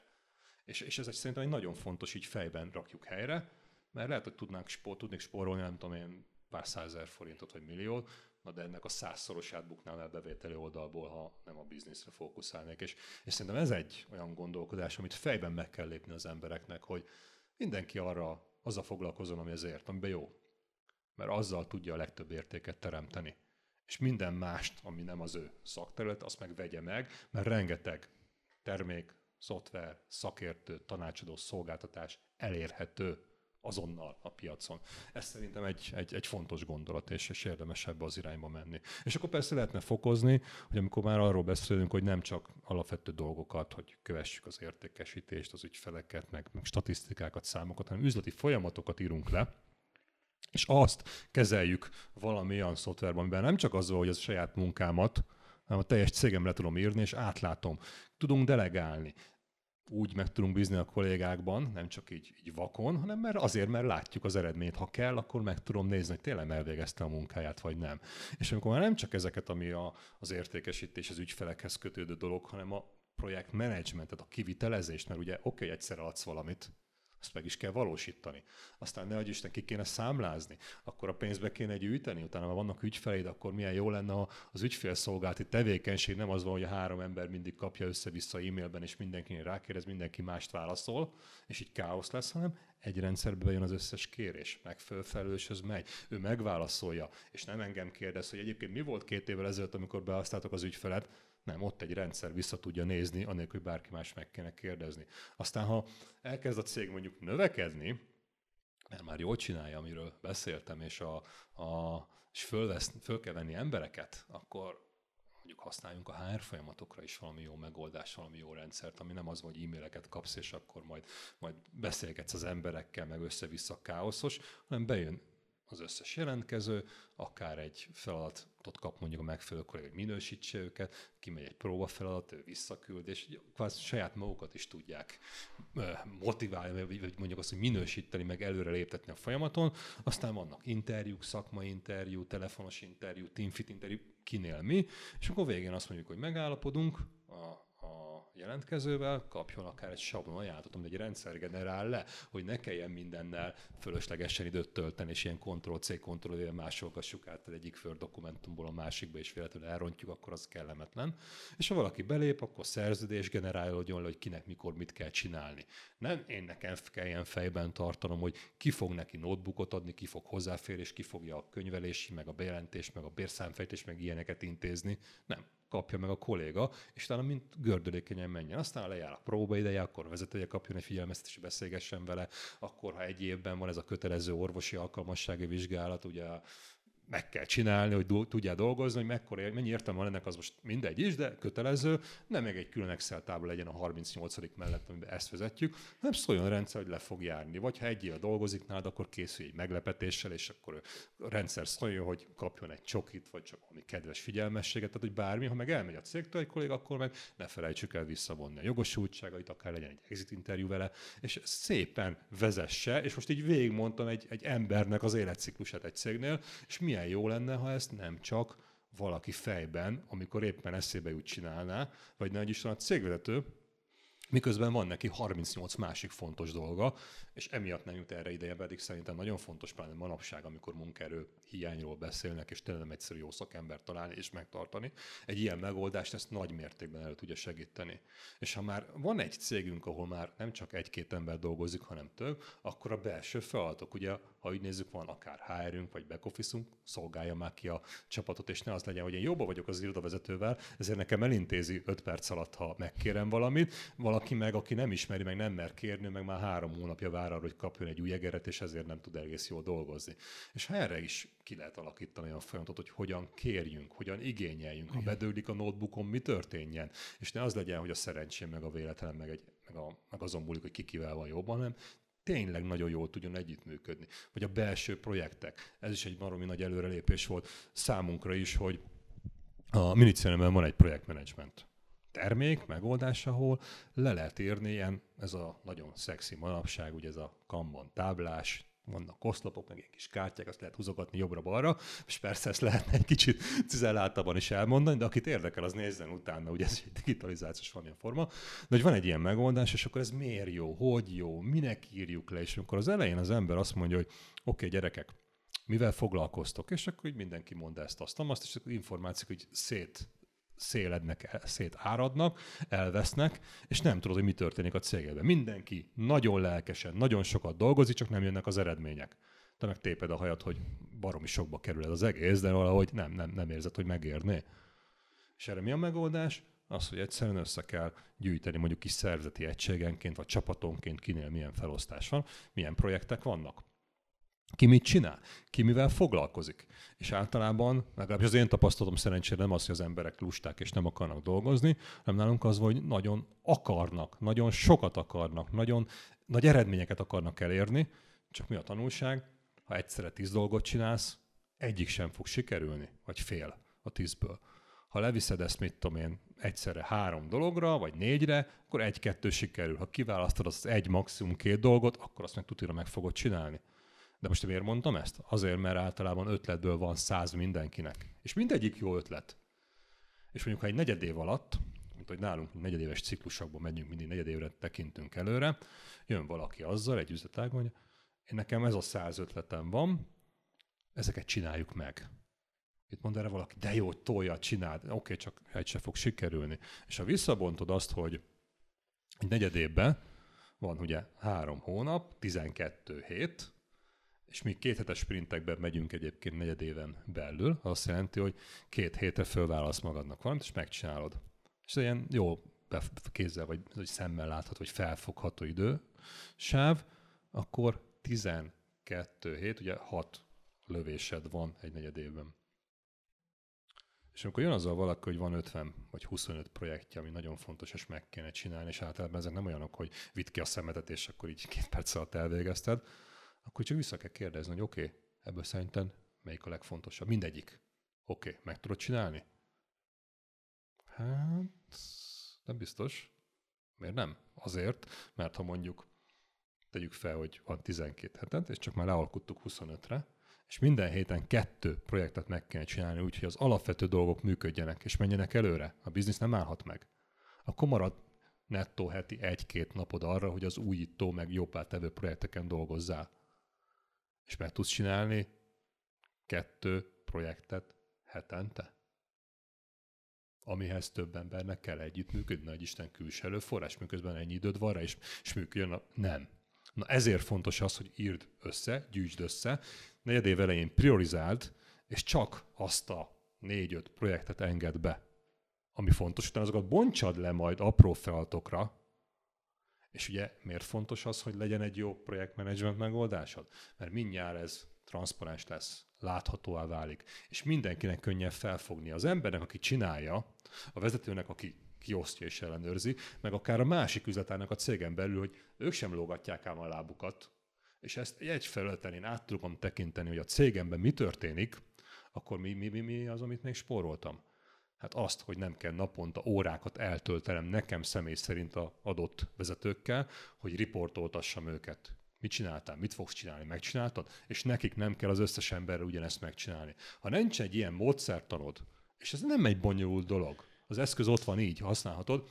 És ez szerintem egy nagyon fontos, így fejben rakjuk helyre, mert lehet, hogy tudnék spórolni, nem tudom én, pár 100 000 forintot vagy milliót, de ennek a 100-szorosát buknám el bevételi oldalból, ha nem a bizniszre fókuszálnék. És szerintem ez egy olyan gondolkodás, amit fejben meg kell lépni az embereknek, hogy mindenki azzal foglalkozzon, ami ezért, amiben jó. Mert azzal tudja a legtöbb értéket teremteni. És minden mást, ami nem az ő szakterület, azt meg vegye meg, mert rengeteg termék, szoftver, szakértő, tanácsadó, szolgáltatás elérhető azonnal a piacon. Ez szerintem egy fontos gondolat, és érdemes ebbe az irányba menni. És akkor persze lehetne fokozni, hogy amikor már arról beszélünk, hogy nem csak alapvető dolgokat, hogy kövessük az értékesítést, az ügyfeleket, meg statisztikákat, számokat, hanem üzleti folyamatokat írunk le, és azt kezeljük valami olyan szoftverben, amiben nem csak az, hogy a saját munkámat hanem a teljes cégem le tudom írni, és átlátom. Tudunk delegálni. Úgy meg tudunk bízni a kollégákban, nem csak így vakon, hanem mert látjuk az eredményt. Ha kell, akkor meg tudom nézni, hogy tényleg elvégezte a munkáját, vagy nem. És amikor már nem csak ezeket, ami az értékesítés, az ügyfelekhez kötődő dolog, hanem a projektmenedzsmentet, a kivitelezést, mert ugye egyszer adsz valamit, azt meg is kell valósítani. Aztán ne adj Isten, ki kéne számlázni, akkor a pénzbe kéne gyűjteni, utána már vannak ügyfeleid, akkor milyen jó lenne az ügyfélszolgálati tevékenység, nem az van, hogy a 3 ember mindig kapja össze-vissza e-mailben, és mindenkinél rákérdez, mindenki mást válaszol, és így káosz lesz, hanem egy rendszerbe bejön az összes kérés, megfelelő felelőshöz megy, ő megválaszolja, és nem engem kérdez, hogy egyébként mi volt 2 évvel ezelőtt, amikor beosztáltok az ügyfelet. Nem, ott egy rendszer vissza tudja nézni, anélkül, hogy bárki más meg kéne kérdezni. Aztán, ha elkezd a cég mondjuk növekedni, mert már jól csinálja, amiről beszéltem, és föl kell venni embereket, akkor mondjuk használjunk a HR folyamatokra is valami jó megoldás, valami jó rendszert, ami nem az, hogy e-maileket kapsz, és akkor majd beszélgetsz az emberekkel, meg össze-vissza káoszos, hanem bejön az összes jelentkező, akár egy feladatot kap mondjuk a megfelelő kolléga, hogy minősítse őket, kimegy egy próbafeladat, ő visszaküld, és kvázi saját magukat is tudják motiválni, vagy mondjuk azt, hogy minősíteni, meg előre léptetni a folyamaton. Aztán vannak interjúk, szakmai interjú, telefonos interjú, teamfit interjú, kinél mi, és akkor végén azt mondjuk, hogy megállapodunk a jelentkezővel, kapjon akár egy sablon ajánlatot, amit egy rendszer generál le, hogy ne kelljen mindennel fölöslegesen időt tölteni, és ilyen Ctrl-C, Ctrl-V másolgassuk át egyik Word dokumentumból a másikba, és véletlenül elrontjuk, akkor az kellemetlen. És ha valaki belép, akkor szerződés generálódjon le, hogy kinek mikor mit kell csinálni. Nem én nekem kelljen fejben tartanom, hogy ki fog neki notebookot adni, ki fog hozzáférés, ki fogja a könyvelési, meg a bejelentés, meg a bérszámfejtés, meg ilyeneket intézni. Nem. Kapja meg a kolléga, és talán mint gördülékenyen menjen. Aztán lejár a próbaideje, akkor a vezetője kapjon egy figyelmeztetést, beszélgessen vele, akkor ha egy évben van ez a kötelező orvosi alkalmassági vizsgálat, ugye meg kell csinálni, hogy tudjál dolgozni, hogy mennyi értelme van ennek, az most mindegy is, de kötelező, nem meg egy külön Excel tábla legyen a 38. mellett, amiben ezt vezetjük, hanem szóljon a rendszer, hogy le fog járni. Vagy ha egy éve dolgozik nálad, akkor készülj egy meglepetéssel, és akkor a rendszer szóljon, hogy kapjon egy csokit, vagy csak valami kedves figyelmességet, tehát hogy bármi, ha meg elmegy a cégtől egy kolléga, akkor meg ne felejtsük el visszavonni a jogosultságait, akár legyen egy exit interjú vele, és szépen vezesse, és most így végigmondtam egy embernek az életciklusát egy cégnél, és milyen jó lenne, ha ezt nem csak valaki fejben, amikor éppen eszébe jut csinálná, vagy ne is van a cégvezető, miközben van neki 38 másik fontos dolga, és emiatt nem jut erre ideje, pedig szerintem nagyon fontos, pláne manapság, amikor munkaerő hiányról beszélnek, és tényleg nem egyszerű jó szakembert találni és megtartani. Egy ilyen megoldást ezt nagy mértékben elő tudja segíteni. És ha már van egy cégünk, ahol már nem csak 1-2 ember dolgozik, hanem több, akkor a belső feladatok, ugye, ha úgy nézzük, van akár HR-ünk vagy back office-unk, szolgálja már ki a csapatot, és ne az legyen, hogy én jobban vagyok az irodavezetővel, ezért nekem elintézi 5 perc alatt, ha megkérem valamit, valaki meg, aki nem ismeri, meg nem mer kérni, meg már 3 hónapja vár arra, hogy kapjon egy új egeret, és ezért nem tud egész jól dolgozni. És ha erre is ki lehet alakítani a folyamatot, hogy hogyan kérjünk, hogyan igényeljünk, ha bedőlik a notebookon, mi történjen. És ne az legyen, hogy a szerencsém, meg a véletlen, meg azon múlik, hogy kivel van jobban, hanem tényleg nagyon jól tudjon együttműködni. Vagy a belső projektek. Ez is egy baromi nagy előrelépés volt számunkra is, hogy a Minicellemben van egy projektmenedzsment termék, megoldás, ahol le lehet írni ilyen, ez a nagyon szexi manapság, ugye ez a Kanban táblás, vannak oszlopok, meg egy kis kártyák, azt lehet húzogatni jobbra-balra, és persze ezt lehetne egy kicsit cizelláltabban is elmondani, de akit érdekel, az nézzen utána, ugye ez egy digitalizációs valamilyen forma, de hogy van egy ilyen megoldás, és akkor ez miért jó, hogy jó, minek írjuk le, és amikor az elején az ember azt mondja, hogy oké, gyerekek, mivel foglalkoztok, és akkor így mindenki mond ezt, azt, és akkor információk, hogy szétáradnak, elvesznek, és nem tudod, hogy mi történik a cégedben. Mindenki nagyon lelkesen, nagyon sokat dolgozik, csak nem jönnek az eredmények. Te meg téped a hajat, hogy baromi sokba kerül ez az egész, de valahogy nem érzed, hogy megérné. És erre mi a megoldás? Az, hogy egyszerűen össze kell gyűjteni mondjuk kis szervezeti egységenként, vagy csapatonként, kinél milyen felosztás van, milyen projektek vannak. Ki mit csinál? Ki mivel foglalkozik? És általában, legalábbis az én tapasztalatom szerencsére nem az, hogy az emberek lusták és nem akarnak dolgozni, hanem nálunk az, hogy nagyon akarnak, nagyon sokat akarnak, nagyon nagy eredményeket akarnak elérni, csak mi a tanulság? Ha egyszerre 10 dolgot csinálsz, egyik sem fog sikerülni, vagy fél a 10-ből. Ha leviszed ezt, mit tudom én, egyszerre 3 dologra, vagy 4-re, akkor 1-2 sikerül. Ha kiválasztod az 1, maximum 2 dolgot, akkor azt meg tutira meg fogod csinálni. De most miért mondtam ezt? Azért, mert általában ötletből van 100 mindenkinek. És mindegyik jó ötlet. És mondjuk, ha egy negyedév alatt, mint hogy nálunk negyedéves ciklusokban megyünk, mindig negyedévre tekintünk előre, jön valaki azzal, egy üzletág mondja, én nekem ez a 100 ötletem van, ezeket csináljuk meg. Itt mond erre valaki, de jó, tolja, csináld. Oké, csak egy se fog sikerülni. És ha visszabontod azt, hogy egy negyedévben van ugye 3 hónap, 12 hét, és mi 2 hetes sprintekben megyünk egyébként negyedéven belül, azt jelenti, hogy 2 hétre fölválasz magadnak valamit, és megcsinálod. És ilyen jó kézzel, vagy szemmel látható, vagy felfogható idősáv, akkor 12 hét, ugye 6 lövésed van egy negyedévben. És amikor jön azzal valaki, hogy van 50 vagy 25 projektje, ami nagyon fontos, és meg kéne csinálni, és általában ezek nem olyanok, hogy vidd ki a szemetet, és akkor így 2 perc alatt elvégezted, akkor csak vissza kell kérdezni, hogy oké, ebből szerinted melyik a legfontosabb? Mindegyik. Oké, meg tudod csinálni? Hát, nem biztos. Miért nem? Azért, mert ha mondjuk tegyük fel, hogy van 12 hetet, és csak már lealkuttuk 25-re, és minden héten 2 projektet meg kell csinálni, úgyhogy az alapvető dolgok működjenek, és menjenek előre. A biznisz nem állhat meg. Akkor marad nettó heti 1-2 napod arra, hogy az újító meg jobbá tevő projekteken dolgozzál. És meg tudsz csinálni 2 projektet hetente? Amihez több embernek kell együttműködni, hogy Isten külső előforrás, miközben ennyi időd van rá, és működjön nem. Na ezért fontos az, hogy írd össze, gyűjtsd össze, negyedév elején priorizáld, és csak azt a 4-5 projektet engedd be, ami fontos, utána azokat bontsad le majd apró feladatokra, és ugye miért fontos az, hogy legyen egy jó projektmenedzsment megoldásod? Mert mindjárt ez transzparens lesz, láthatóvá válik, és mindenkinek könnyebb felfogni. Az embernek, aki csinálja, a vezetőnek, aki kiosztja és ellenőrzi, meg akár a másik üzletának a cégen belül, hogy ők sem lógatják ám a lábukat, és ezt egy felületen én át tudom tekinteni, hogy a cégemben mi történik, akkor mi az, amit még spóroltam? Hát azt, hogy nem kell naponta órákat eltöltenem nekem személy szerint az adott vezetőkkel, hogy riportoltassam őket. Mit csináltál? Mit fogsz csinálni? Megcsináltad? És nekik nem kell az összes emberre ugyanezt megcsinálni. Ha nincs egy ilyen módszertanod, és ez nem egy bonyolult dolog, az eszköz ott van így, használhatod,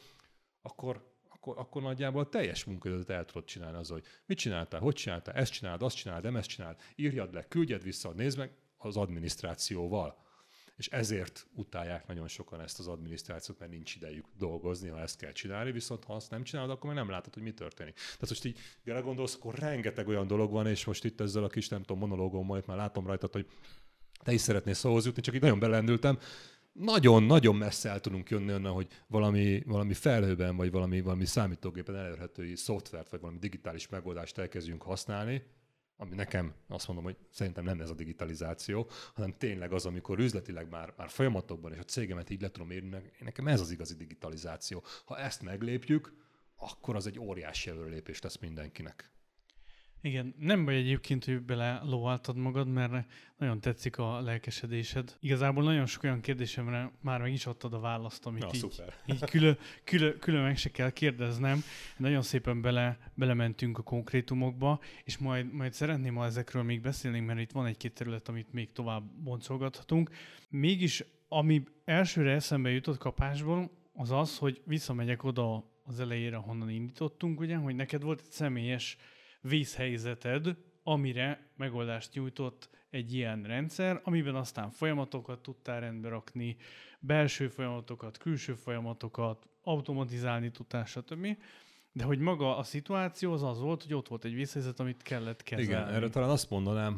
akkor nagyjából a teljes munkaidőt el tudod csinálni azzal, hogy mit csináltál, hogy csináltál, ezt csináld, azt csináld, nem ezt csináld, írjad le, küldjed vissza, nézd meg az adminisztrációval. És ezért utálják nagyon sokan ezt az adminisztrációt, mert nincs idejük dolgozni, ha ezt kell csinálni, viszont ha azt nem csinálod, akkor meg nem látod, hogy mi történik. Tehát most így belegondolsz, akkor rengeteg olyan dolog van, és most itt ezzel a kis, nem tudom, monológommal, itt már látom rajtad, hogy te is szeretnél szóhoz jutni, csak itt nagyon belendültem. Nagyon-nagyon messze el tudunk jönni onnan, hogy valami felhőben, vagy valami számítógépen elérhető szoftvert, vagy valami digitális megoldást elkezdjünk használni, ami nekem azt mondom, hogy szerintem nem ez a digitalizáció, hanem tényleg az, amikor üzletileg már folyamatokban és a cégemet így le tudom érni, nekem ez az igazi digitalizáció. Ha ezt meglépjük, akkor az egy óriási előrelépés lesz mindenkinek. Igen, nem baj egyébként, hogy bele lóaltad magad, mert nagyon tetszik a lelkesedésed. Igazából nagyon sok olyan kérdésemre már meg is adtad a választ, amit így külön meg se kell kérdeznem. Nagyon szépen belementünk a konkrétumokba, és majd szeretném ezekről még beszélni, mert itt van egy-két terület, amit még tovább boncolgathatunk. Mégis, ami elsőre eszembe jutott kapásból, az az, hogy visszamegyek oda az elejére, honnan indítottunk, ugye, hogy neked volt egy személyes vészhelyzeted, amire megoldást nyújtott egy ilyen rendszer, amiben aztán folyamatokat tudtál rendbe rakni, belső folyamatokat, külső folyamatokat, automatizálni tudtál, stb. De hogy maga a szituáció az volt, hogy ott volt egy vészhelyzet, amit kellett kezelni. Igen, erre talán azt mondanám,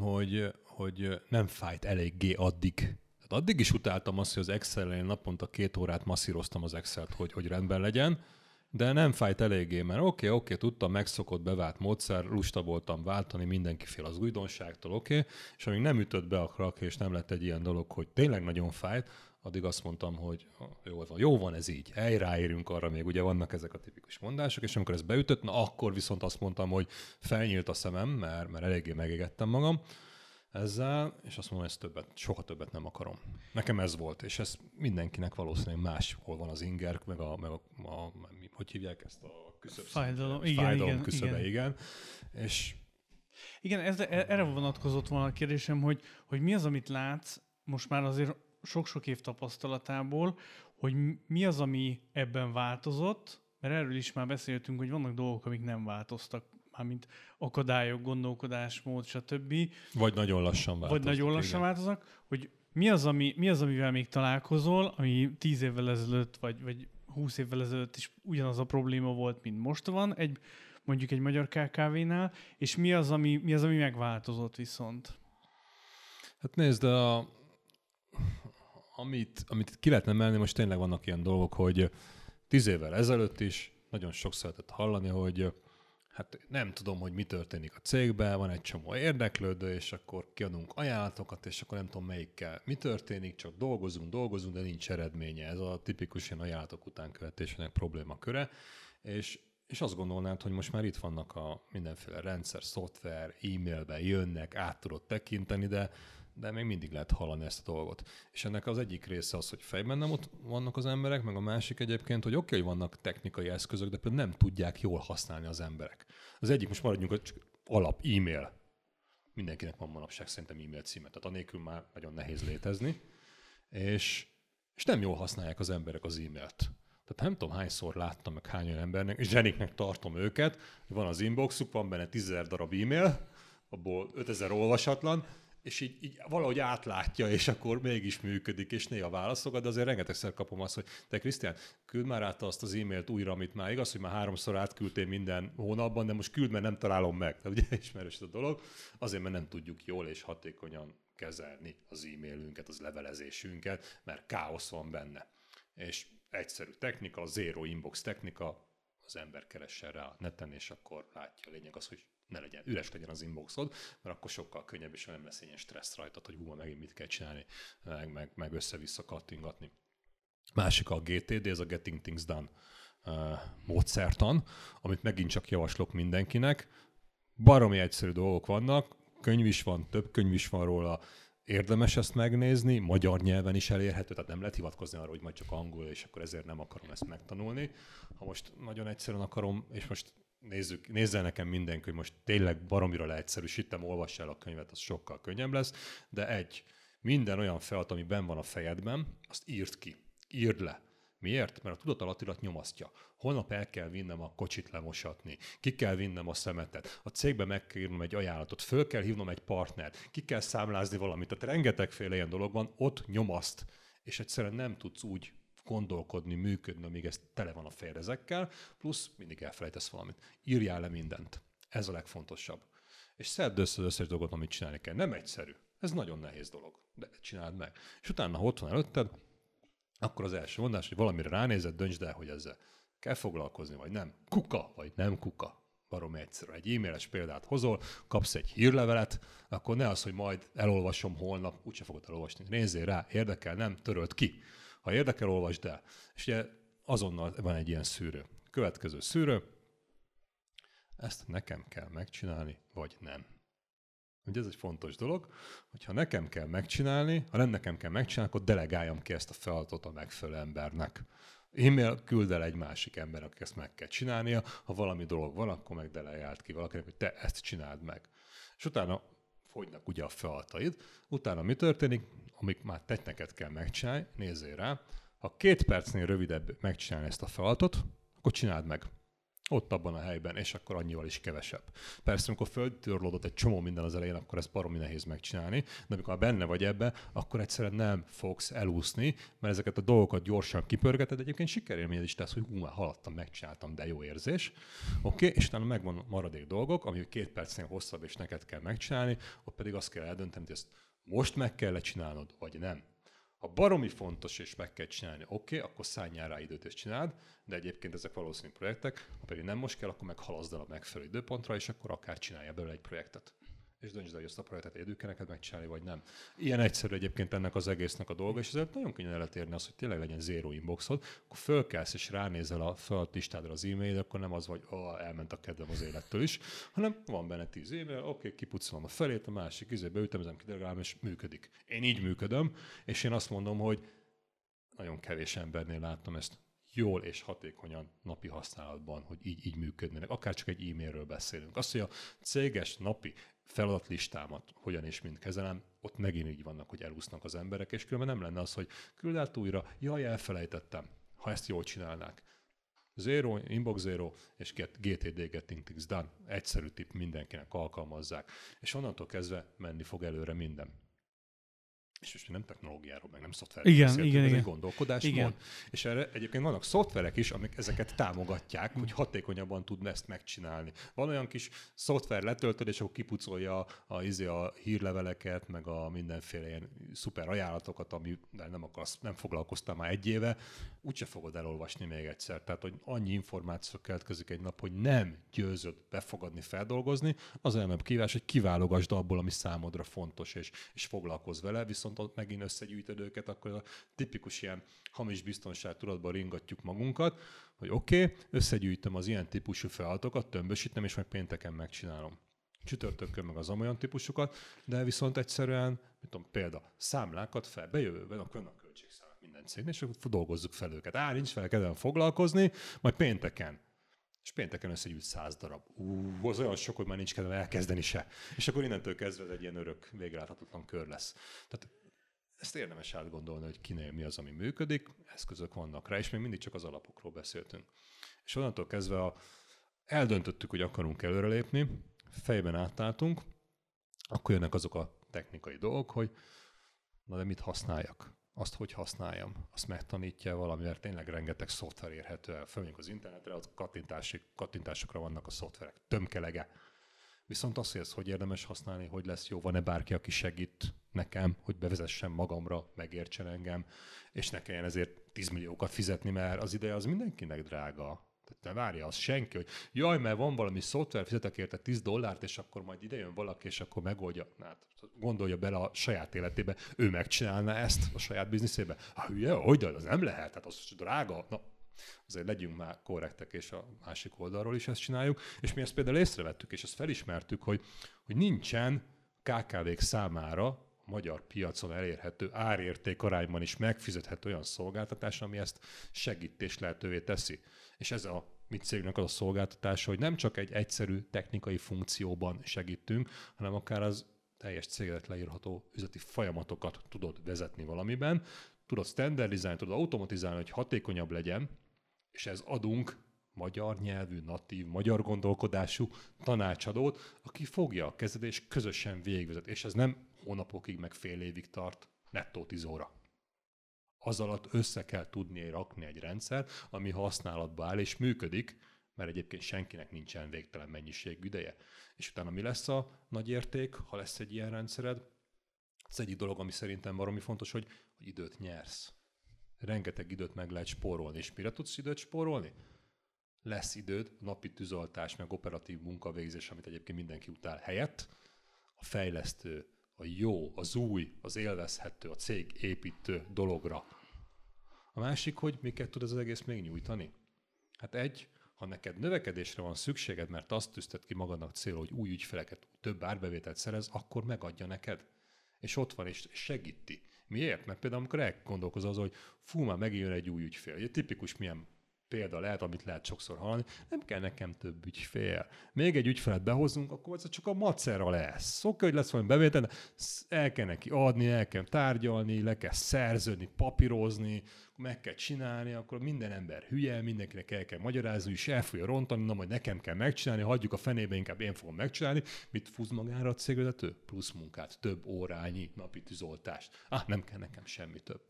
hogy nem fájt eléggé addig. Tehát addig is utáltam azt, hogy az Excel-en naponta 2 órát masszíroztam az Excel-t, hogy rendben legyen, de nem fájt eléggé, mert oké, tudtam, megszokott, bevált módszer, lusta voltam váltani, mindenki fél az újdonságtól, és amíg nem ütött be a krak, és nem lett egy ilyen dolog, hogy tényleg nagyon fájt, addig azt mondtam, hogy jó van ez így, ráérünk arra még, ugye vannak ezek a tipikus mondások, és amikor ez beütött, akkor viszont azt mondtam, hogy felnyílt a szemem, mert eléggé megégettem magam. ezzel, és azt mondom, hogy soha többet nem akarom. Nekem ez volt, és ez mindenkinek valószínűleg máshol van az inger, meg hogy hívják ezt a küszöb? Fájdalom küszöbe, igen. És igen, erre vonatkozott volna a kérdésem, hogy mi az, amit látsz most már azért sok-sok év tapasztalatából, hogy mi az, ami ebben változott, mert erről is már beszéltünk, hogy vannak dolgok, amik nem változtak, mármint akadályok, gondolkodásmód, stb. Vagy nagyon lassan változnak, hogy mi az, amivel még találkozol, ami 10 évvel ezelőtt, vagy 20 évvel ezelőtt is ugyanaz a probléma volt, mint most van, mondjuk egy magyar KKV-nál, és mi az, ami megváltozott viszont? Hát nézd, amit ki lehetne emelni, most tényleg vannak ilyen dolgok, hogy 10 évvel ezelőtt is nagyon sokszor lehetett hallani, hogy hát nem tudom, hogy mi történik a cégben, van egy csomó érdeklődő, és akkor kiadunk ajánlatokat, és akkor nem tudom melyikkel mi történik, csak dolgozunk, de nincs eredménye. Ez a tipikus ilyen ajánlatok utánkövetésének problémaköre, és azt gondolnád, hogy most már itt vannak a mindenféle rendszer, szoftver, e-mailbe jönnek, át tudod tekinteni, de még mindig lehet hallani ezt a dolgot. És ennek az egyik része az, hogy fejben nem ott vannak az emberek, meg a másik egyébként, hogy oké, hogy vannak technikai eszközök, de például nem tudják jól használni az emberek. Az egyik, most maradjunk, hogy alap e-mail. Mindenkinek van manapság szerintem e-mail címe, tehát anélkül már nagyon nehéz létezni. És nem jól használják az emberek az e-mailt. Tehát nem tudom, hányszor láttam, meg hány olyan embernek, és zseniknek tartom őket, hogy van az inboxuk, van benne 10 000 darab e-mail, abból 5000 olvasatlan, és így valahogy átlátja, és akkor mégis működik, és néha válaszokat, de azért rengetegszer kapom azt, hogy te Krisztián, küld már át azt az e-mailt újra, amit már igaz, hogy már 3-szor átküldtél minden hónapban, de most küld, mert nem találom meg. Tehát ugye ismerős ez a dolog, azért, mert nem tudjuk jól és hatékonyan kezelni az e-mailünket, az levelezésünket, mert káosz van benne. És egyszerű technika, a zero inbox technika, az ember keressen rá a neten, és akkor látja. A lényeg az, hogy ne legyen, üres legyen az inboxod, mert akkor sokkal könnyebb, és nem lesz ilyen stressz rajtad, hogy megint mit kell csinálni, meg össze-vissza kattingatni. Másik a GTD, ez a Getting Things Done módszertan, amit megint csak javaslok mindenkinek. Baromi egyszerű dolgok vannak, könyv is van, több könyv is van róla, érdemes ezt megnézni, magyar nyelven is elérhető, tehát nem lehet hivatkozni arra, hogy majd csak angol, és akkor ezért nem akarom ezt megtanulni. Ha most nagyon egyszerűen akarom, és most nézzel nekem mindenki, hogy most tényleg baromira leegyszerűsítem, olvass el a könyvet, az sokkal könnyebb lesz, de minden olyan feladat, ami benn van a fejedben, azt írd ki, írd le. Miért? Mert a tudatalattidat nyomasztja. Holnap el kell vinnem a kocsit lemosatni, ki kell vinnem a szemetet, a cégbe meg kell írnom egy ajánlatot, föl kell hívnom egy partnert, ki kell számlázni valamit. Tehát rengetegféle ilyen dolog van, ott nyomaszt, és egyszerűen nem tudsz úgy gondolkodni, működni, amíg ez tele van a fejed ezekkel, plusz mindig elfelejtesz valamit. Írjál le mindent. Ez a legfontosabb. És szedd össze az összes dolgot, amit csinálni kell. Nem egyszerű. Ez nagyon nehéz dolog, de csináld meg. És utána, ha ott van előtted, akkor az első mondás, hogy valamire ránézed, döntsd el, hogy ezzel kell foglalkozni, vagy nem. Kuka, vagy nem kuka. Baromi egyszerű. Egy e-mailes példát hozol, kapsz egy hírlevelet, akkor ne az, hogy majd elolvasom holnap, úgyse fogod elolvasni. Nézzél rá, érdekel, nem, töröld ki. Ha érdekel, olvasd el. És ugye azonnal van egy ilyen szűrő. Következő szűrő, ezt nekem kell megcsinálni, vagy nem. Ugye ez egy fontos dolog, hogyha nekem kell megcsinálni, ha nem nekem kell megcsinálni, akkor delegáljam ki ezt a feladatot a megfelelő embernek. E-mail küld el egy másik ember, aki ezt meg kell csinálnia, ha valami dolog van, akkor meg delegáld ki valakinek, hogy te ezt csináld meg. És utána fogynak ugye a feladataid, utána mi történik, amik már te neked kell megcsinálni, nézzél rá, ha 2 percnél rövidebb megcsinálni ezt a feladatot, akkor csináld meg. Ott abban a helyben, és akkor annyival is kevesebb. Persze, amikor földtörlódott egy csomó minden az elején, akkor ez baromi nehéz megcsinálni, de amikor benne vagy ebbe, akkor egyszerűen nem fogsz elúszni, mert ezeket a dolgokat gyorsan kipörgeted, egyébként sikerélményed is lesz, hogy már haladtam, megcsináltam, de jó érzés. Oké, és utána megvan maradék dolgok, ami 2 percnél hosszabb, és neked kell megcsinálni, ott pedig azt kell eldönteni, hogy ezt most meg kell csinálnod, vagy nem. Ha baromi fontos és meg kell csinálni, oké, akkor szálljál rá időt és csináld, de egyébként ezek valószínű projektek, ha pedig nem most kell, akkor meg halaszd el a megfelelő időpontra, és akkor akár csinálja belőle egy projektet. és döntsd el, hogy ezt a projektet egyedül kell neked megcsinálni, vagy nem. Ilyen egyszerű egyébként ennek az egésznek a dolga, és ezért nagyon könnyen elérni azt, hogy tényleg legyen zero inboxod, akkor fölkelsz és ránézel a feladat listádra az e-mail, akkor nem az vagy, elment a kedvem az élettől is, hanem van benne 10 e-mail, oké, kipucolom a felét, a másik beütemezem, kidergálom, és működik. Én így működöm, és én azt mondom, hogy nagyon kevés embernél láttam ezt jól és hatékonyan napi használatban, hogy így működnének. Akár csak egy e-mailről beszélünk. Azt, hogy a céges napi feladatlistámat hogyan és mind kezelem, ott megint így vannak, hogy elúsznak az emberek, és különben nem lenne az, hogy küld át újra, jaj, elfelejtettem, ha ezt jól csinálnák. Zero, inbox zero, és GTD, getting things done. Egyszerű tipp, mindenkinek alkalmazzák. És onnantól kezdve menni fog előre minden. És most nem technológiáról, meg nem szoftverről beszéltünk, ez egy gondolkodásmód. És erre egyébként vannak szoftverek is, amik ezeket támogatják, hogy hatékonyabban tudna ezt megcsinálni. Van olyan kis szoftver, letöltöd, és akkor kipucolja a hírleveleket, meg a mindenféle ilyen szuper ajánlatokat, amivel nem foglalkoztál már egy éve, úgyse fogod elolvasni még egyszer. Tehát, hogy annyi információ keletkezik egy nap, hogy nem győzöd befogadni, feldolgozni, az elmebb kívás, hogy kiválogasd abból, ami számodra fontos, és foglalkozz vele, viszont ott megint összegyűjtöd őket, akkor a tipikus ilyen hamis biztonságtudatban ringatjuk magunkat, hogy oké, összegyűjtöm az ilyen típusú feladatokat, tömbösítem, és meg pénteken megcsinálom. Csütörtökön meg az amolyan típusokat, de viszont egyszerűen, példa, számlákat fel, bejövőben, akkor vannak költségszámlák minden cégnél, és akkor dolgozzuk fel őket. Nincs vele kedvem foglalkozni, majd pénteken. És pénteken összegyűjt 100 darab. Az olyan sok, hogy már nincs kedvem elkezdeni se. És akkor innentől kezdve ez egy ilyen örök, végreláthatatlan kör lesz. Tehát ezt érdemes átgondolni, hogy kinél mi az, ami működik, eszközök vannak rá, és még mindig csak az alapokról beszéltünk. És onnantól kezdve eldöntöttük, hogy akarunk előrelépni, fejben átálltunk, akkor jönnek azok a technikai dolgok, hogy na de mit használjak? Azt hogy használjam? Azt megtanítja valami, mert tényleg rengeteg szoftver érhető el. Fölmegyünk az internetre, az kattintásokra vannak a szoftverek, tömkelege. Viszont azt, hogy ezt hogy érdemes használni, hogy lesz jó, van-e bárki, aki segít nekem, hogy bevezessem magamra, megértsen engem, és ne kelljen ezért 10 milliókat fizetni, mert az ideje az mindenkinek drága. Tehát ne várja az senki, hogy jaj, mert van valami szoftver, fizetek érte $10, és akkor majd idejön valaki, és akkor megoldja. Hát, gondolja bele a saját életébe, ő megcsinálna ezt a saját bizniszébe. Hülye, hogy az nem lehet, tehát az drága. Na, azért legyünk már korrektek, és a másik oldalról is ezt csináljuk. És mi ezt például észrevettük, és ezt felismertük, hogy nincsen KKV-k számára a magyar piacon elérhető árérték arányban is megfizethető olyan szolgáltatás, ami ezt segítés lehetővé teszi. És ez a mi cégnek az a szolgáltatása, hogy nem csak egy egyszerű technikai funkcióban segítünk, hanem akár az teljes cégedet leírható üzleti folyamatokat tudod vezetni valamiben, tudod standardizálni, tudod automatizálni, hogy hatékonyabb legyen, és ez adunk magyar nyelvű, natív, magyar gondolkodású tanácsadót, aki fogja a kezed és közösen végigvezet. És ez nem hónapokig, meg fél évig tart, nettó 10 óra. Az alatt össze kell tudni rakni egy rendszer, ami használatba áll és működik, mert egyébként senkinek nincsen végtelen mennyiségű ideje. És utána mi lesz a nagy érték, ha lesz egy ilyen rendszered? Az egyik dolog, ami szerintem baromi fontos, hogy időt nyersz. Rengeteg időt meg lehet spórolni. És mire tudsz időt spórolni? Lesz időd napi tűzoltás, meg operatív munkavégzés, amit egyébként mindenki utál helyett. A fejlesztő, a jó, az új, az élvezhető, a cég építő dologra. A másik, hogy miket tud ez az egész még nyújtani? Hát ha neked növekedésre van szükséged, mert azt tűzted ki magadnak célul, hogy új ügyfeleket, több árbevételt szerez, akkor megadja neked. És ott van, és segíti. Miért? Mert például amikor elgondolkozol az, hogy már megint jön egy új ügyfél. Egy tipikus milyen példa lehet, amit lehet sokszor hallani, nem kell nekem több ügyfél. Még egy ügyfelet behozunk, akkor ez csak a macera lesz. Oké, hogy lesz valami bevétel, de el kell neki adni, el kell tárgyalni, le kell szerződni, papírozni, meg kell csinálni, akkor minden ember hülye, mindenkinek el kell magyarázni, és el fogja rontani, na majd nekem kell megcsinálni, hagyjuk a fenébe, inkább én fogom megcsinálni. Mit fúz magára a cégvezető? Plusz munkát, több órányi napi tűzoltást. Nem kell nekem semmi több.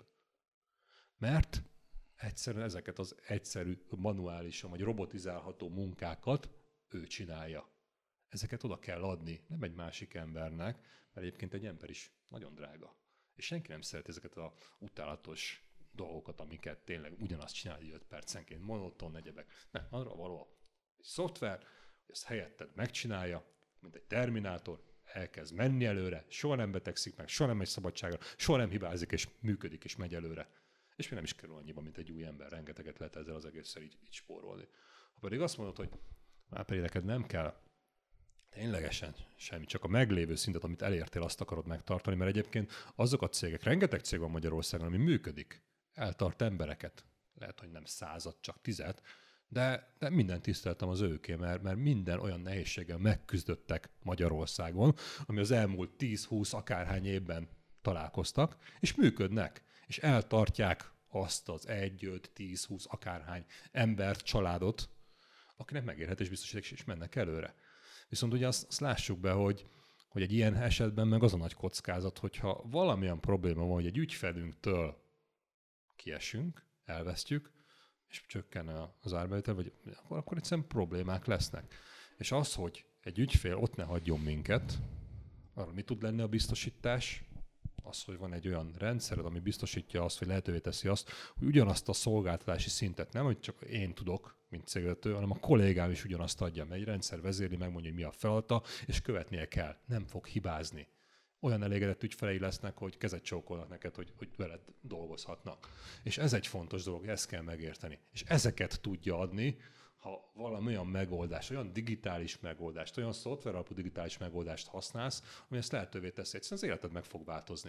Mert egyszerűen ezeket az egyszerű, manuálisan vagy robotizálható munkákat ő csinálja. Ezeket oda kell adni, nem egy másik embernek, mert egyébként egy ember is nagyon drága. És senki nem szereti ezeket a utálatos dolgokat, amiket tényleg ugyanazt csinálja 5 percenként, monoton, egyebek. Nem, arra való egy szoftver, hogy ezt helyetted megcsinálja, mint egy terminátor, elkezd menni előre, soha nem betegszik meg, soha nem megy szabadságra, soha nem hibázik, és működik, és megy előre. És még nem is kerül annyiba, mint egy új ember. Rengeteget lehet ezzel az egésszel így spórolni. Ha pedig azt mondod, hogy már pedig neked nem kell ténylegesen semmi, csak a meglévő szintet, amit elértél, azt akarod megtartani, mert egyébként azok a cégek, rengeteg cég van Magyarországon, ami működik, eltart embereket. Lehet, hogy nem 100, csak 10, de minden tiszteltem az őké, mert minden olyan nehézséggel megküzdöttek Magyarországon, ami az elmúlt 10-20 akárhány évben találkoztak, és működnek, és eltartják azt az 1-5-10-20 akárhány embert, családot, akinek megélhetés biztosíték, és mennek előre. Viszont ugye azt lássuk be, hogy egy ilyen esetben meg az a nagy kockázat, hogyha valamilyen probléma van, hogy egy ügyfelünktől kiesünk, elvesztjük, és csökken az árbevétel, vagy akkor egyszerűen problémák lesznek. És az, hogy egy ügyfél ott ne hagyjon minket, arra mi tud lenni a biztosítás? Az, hogy van egy olyan rendszered, ami biztosítja azt, hogy lehetővé teszi azt, hogy ugyanazt a szolgáltatási szintet nem, hogy csak én tudok, mint cégvezető, hanem a kollégám is ugyanazt adja, mert egy rendszer vezérli, megmondja, hogy mi a feladata, és követnie kell. Nem fog hibázni. Olyan elégedett ügyfelei lesznek, hogy kezet csókolnak neked, hogy veled dolgozhatnak. És ez egy fontos dolog, ezt kell megérteni. És ezeket tudja adni, ha valami olyan megoldást, olyan digitális megoldást, olyan szoftver alapú digitális megoldást használsz, ami ezt lehetővé teszi, egyszerűen az életed meg fog változni.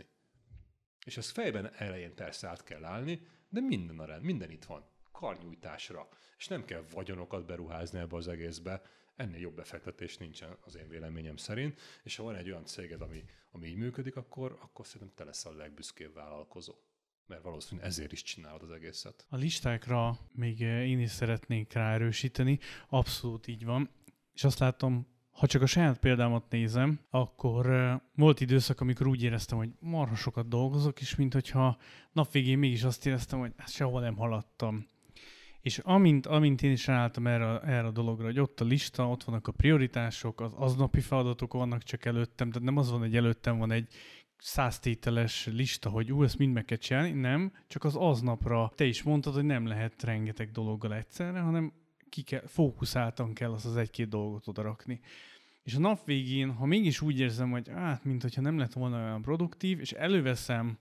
És ezt fejben elején persze át kell állni, de minden itt van, karnyújtásra. És nem kell vagyonokat beruházni ebbe az egészbe, ennél jobb befektetés nincsen az én véleményem szerint, és ha van egy olyan céged, ami így működik, akkor szerintem te leszel a legbüszkébb vállalkozó. Mert valószínűleg ezért is csinálod az egészet. A listákra még én is szeretnék ráerősíteni, abszolút így van. És azt látom, ha csak a saját példámat nézem, akkor volt időszak, amikor úgy éreztem, hogy marha sokat dolgozok, és minthogyha nap végén mégis azt éreztem, hogy sehol nem haladtam. És amint én is ráálltam erre a dologra, hogy ott a lista, ott vannak a prioritások, az aznapi feladatok vannak csak előttem, tehát nem az van, hogy előttem van egy 100 tételes lista, hogy ezt mind meg kell csinálni, nem, csak az aznapra te is mondtad, hogy nem lehet rengeteg dologgal egyszerre, hanem fókuszáltan kell az egy-két dolgot odarakni. És a nap végén, ha mégis úgy érzem, hogy mintha nem lett volna olyan produktív, és előveszem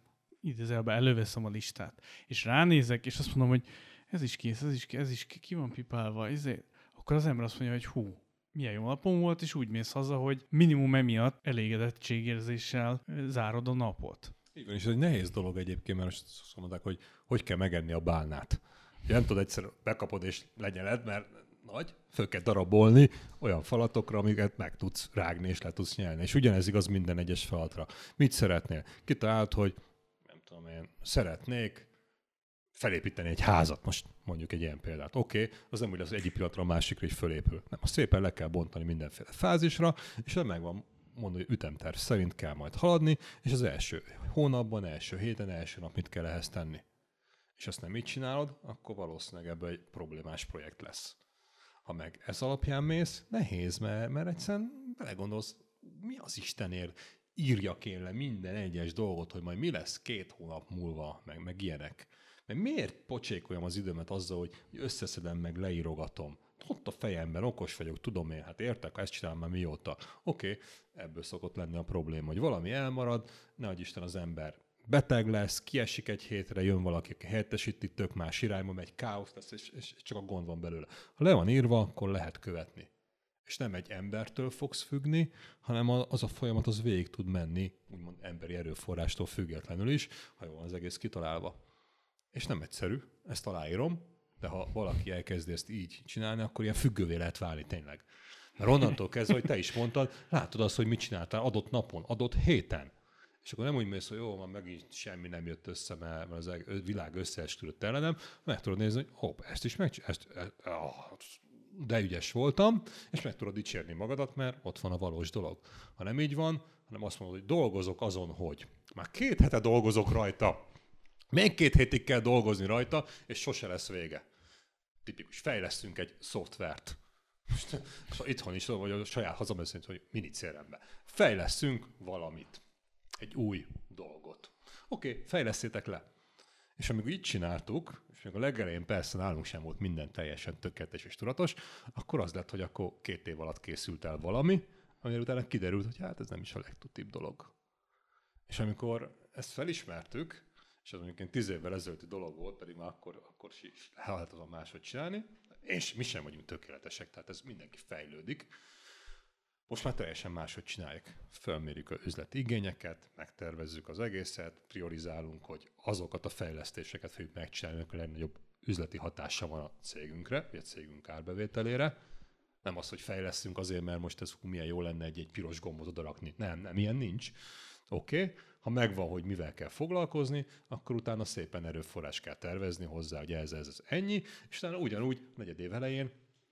a listát, és ránézek, és azt mondom, hogy ez is kész, ki van pipálva, akkor az ember azt mondja, hogy milyen jó napom volt, és úgy mész haza, hogy minimum emiatt elégedettségérzéssel zárod a napot. Így van, és ez egy nehéz dolog egyébként, mert azt mondták, hogy kell megenni a bálnát. Ugye nem tudod egyszer bekapod és lenyeled, mert nagy, föl kell darabolni olyan falatokra, amiket meg tudsz rágni és le tudsz nyelni. És ugyanez igaz minden egyes falatra. Mit szeretnél? Kitalált, hogy nem tudom én, szeretnék felépíteni egy házat, most mondjuk egy ilyen példát. Oké, az nem úgy lesz, hogy egyik pillanatra a másikra is fölépül. Nem, azt szépen le kell bontani mindenféle fázisra, és meg van mondani, hogy ütemterv szerint kell majd haladni, és az első hónapban, első héten, első nap mit kell ehhez tenni. És ezt nem így csinálod, akkor valószínűleg ebből egy problémás projekt lesz. Ha meg ez alapján mész, nehéz, mert egyszerűen belegondolsz, mi az Istenért írjak én le minden egyes dolgot, hogy majd mi lesz 2 hónap múlva, meg ilyenek. Mert miért pocsékoljam az időmet azzal, hogy összeszedem, meg leírogatom? Ott a fejemben okos vagyok, tudom én, értek, ezt csinálom már mióta. Oké, ebből szokott lenni a probléma, hogy valami elmarad, nehogy Isten az ember beteg lesz, kiesik egy hétre, jön valaki, aki helyettesíti, tök más irányba megy, káosz lesz, és csak a gond van belőle. Ha le van írva, akkor lehet követni. És nem egy embertől fogsz függni, hanem az a folyamat az végig tud menni, úgymond emberi erőforrástól függetlenül is, ha jól van az egész kitalálva. És nem egyszerű, ezt aláírom, de ha valaki elkezdi ezt így csinálni, akkor ilyen függővé lehet válni tényleg. Mert onnantól kezdve, hogy te is mondtad, látod azt, hogy mit csináltál adott napon, adott héten. És akkor nem úgy mész, hogy jó, már megint semmi nem jött össze, mert az világ összeesküdött ellenem, meg tudod nézni, hogy ezt is de ügyes voltam, és meg tudod dicsérni magadat, mert ott van a valós dolog. Ha nem így van, hanem azt mondod, hogy dolgozok azon, hogy már 2 hete dolgozok rajta, még 2 hétig kell dolgozni rajta, és sose lesz vége. Tipikus, fejlesztünk egy szoftvert. Most itthon is, vagy a saját hazamban szerint, hogy minicérembe. Fejleszünk valamit. Egy új dolgot. Oké, fejlesztétek le. És amikor így csináltuk, és még a legelején persze nálunk sem volt minden teljesen tökéletes és tudatos, akkor az lett, hogy akkor 2 év alatt készült el valami, amire utána kiderült, hogy hát ez nem is a legtutibb dolog. És amikor ezt felismertük, és az mondjuk 10 évvel ezelőtti dolog volt, pedig már akkor lehet azon máshogy csinálni, és mi sem vagyunk tökéletesek, tehát ez mindenki fejlődik. Most már teljesen máshogy csináljuk. Fölmérjük az üzleti igényeket, megtervezzük az egészet, priorizálunk, hogy azokat a fejlesztéseket fogjuk megcsinálni, hogy a legnagyobb üzleti hatása van a cégünkre, vagy a cégünk árbevételére. Nem az, hogy fejlesztünk azért, mert most ez milyen jó lenne egy piros gombot odarakni. Nem, ilyen nincs. Oké. Ha megvan, hogy mivel kell foglalkozni, akkor utána szépen erőforrás kell tervezni hozzá, hogy ez ennyi, és utána ugyanúgy negyedév elején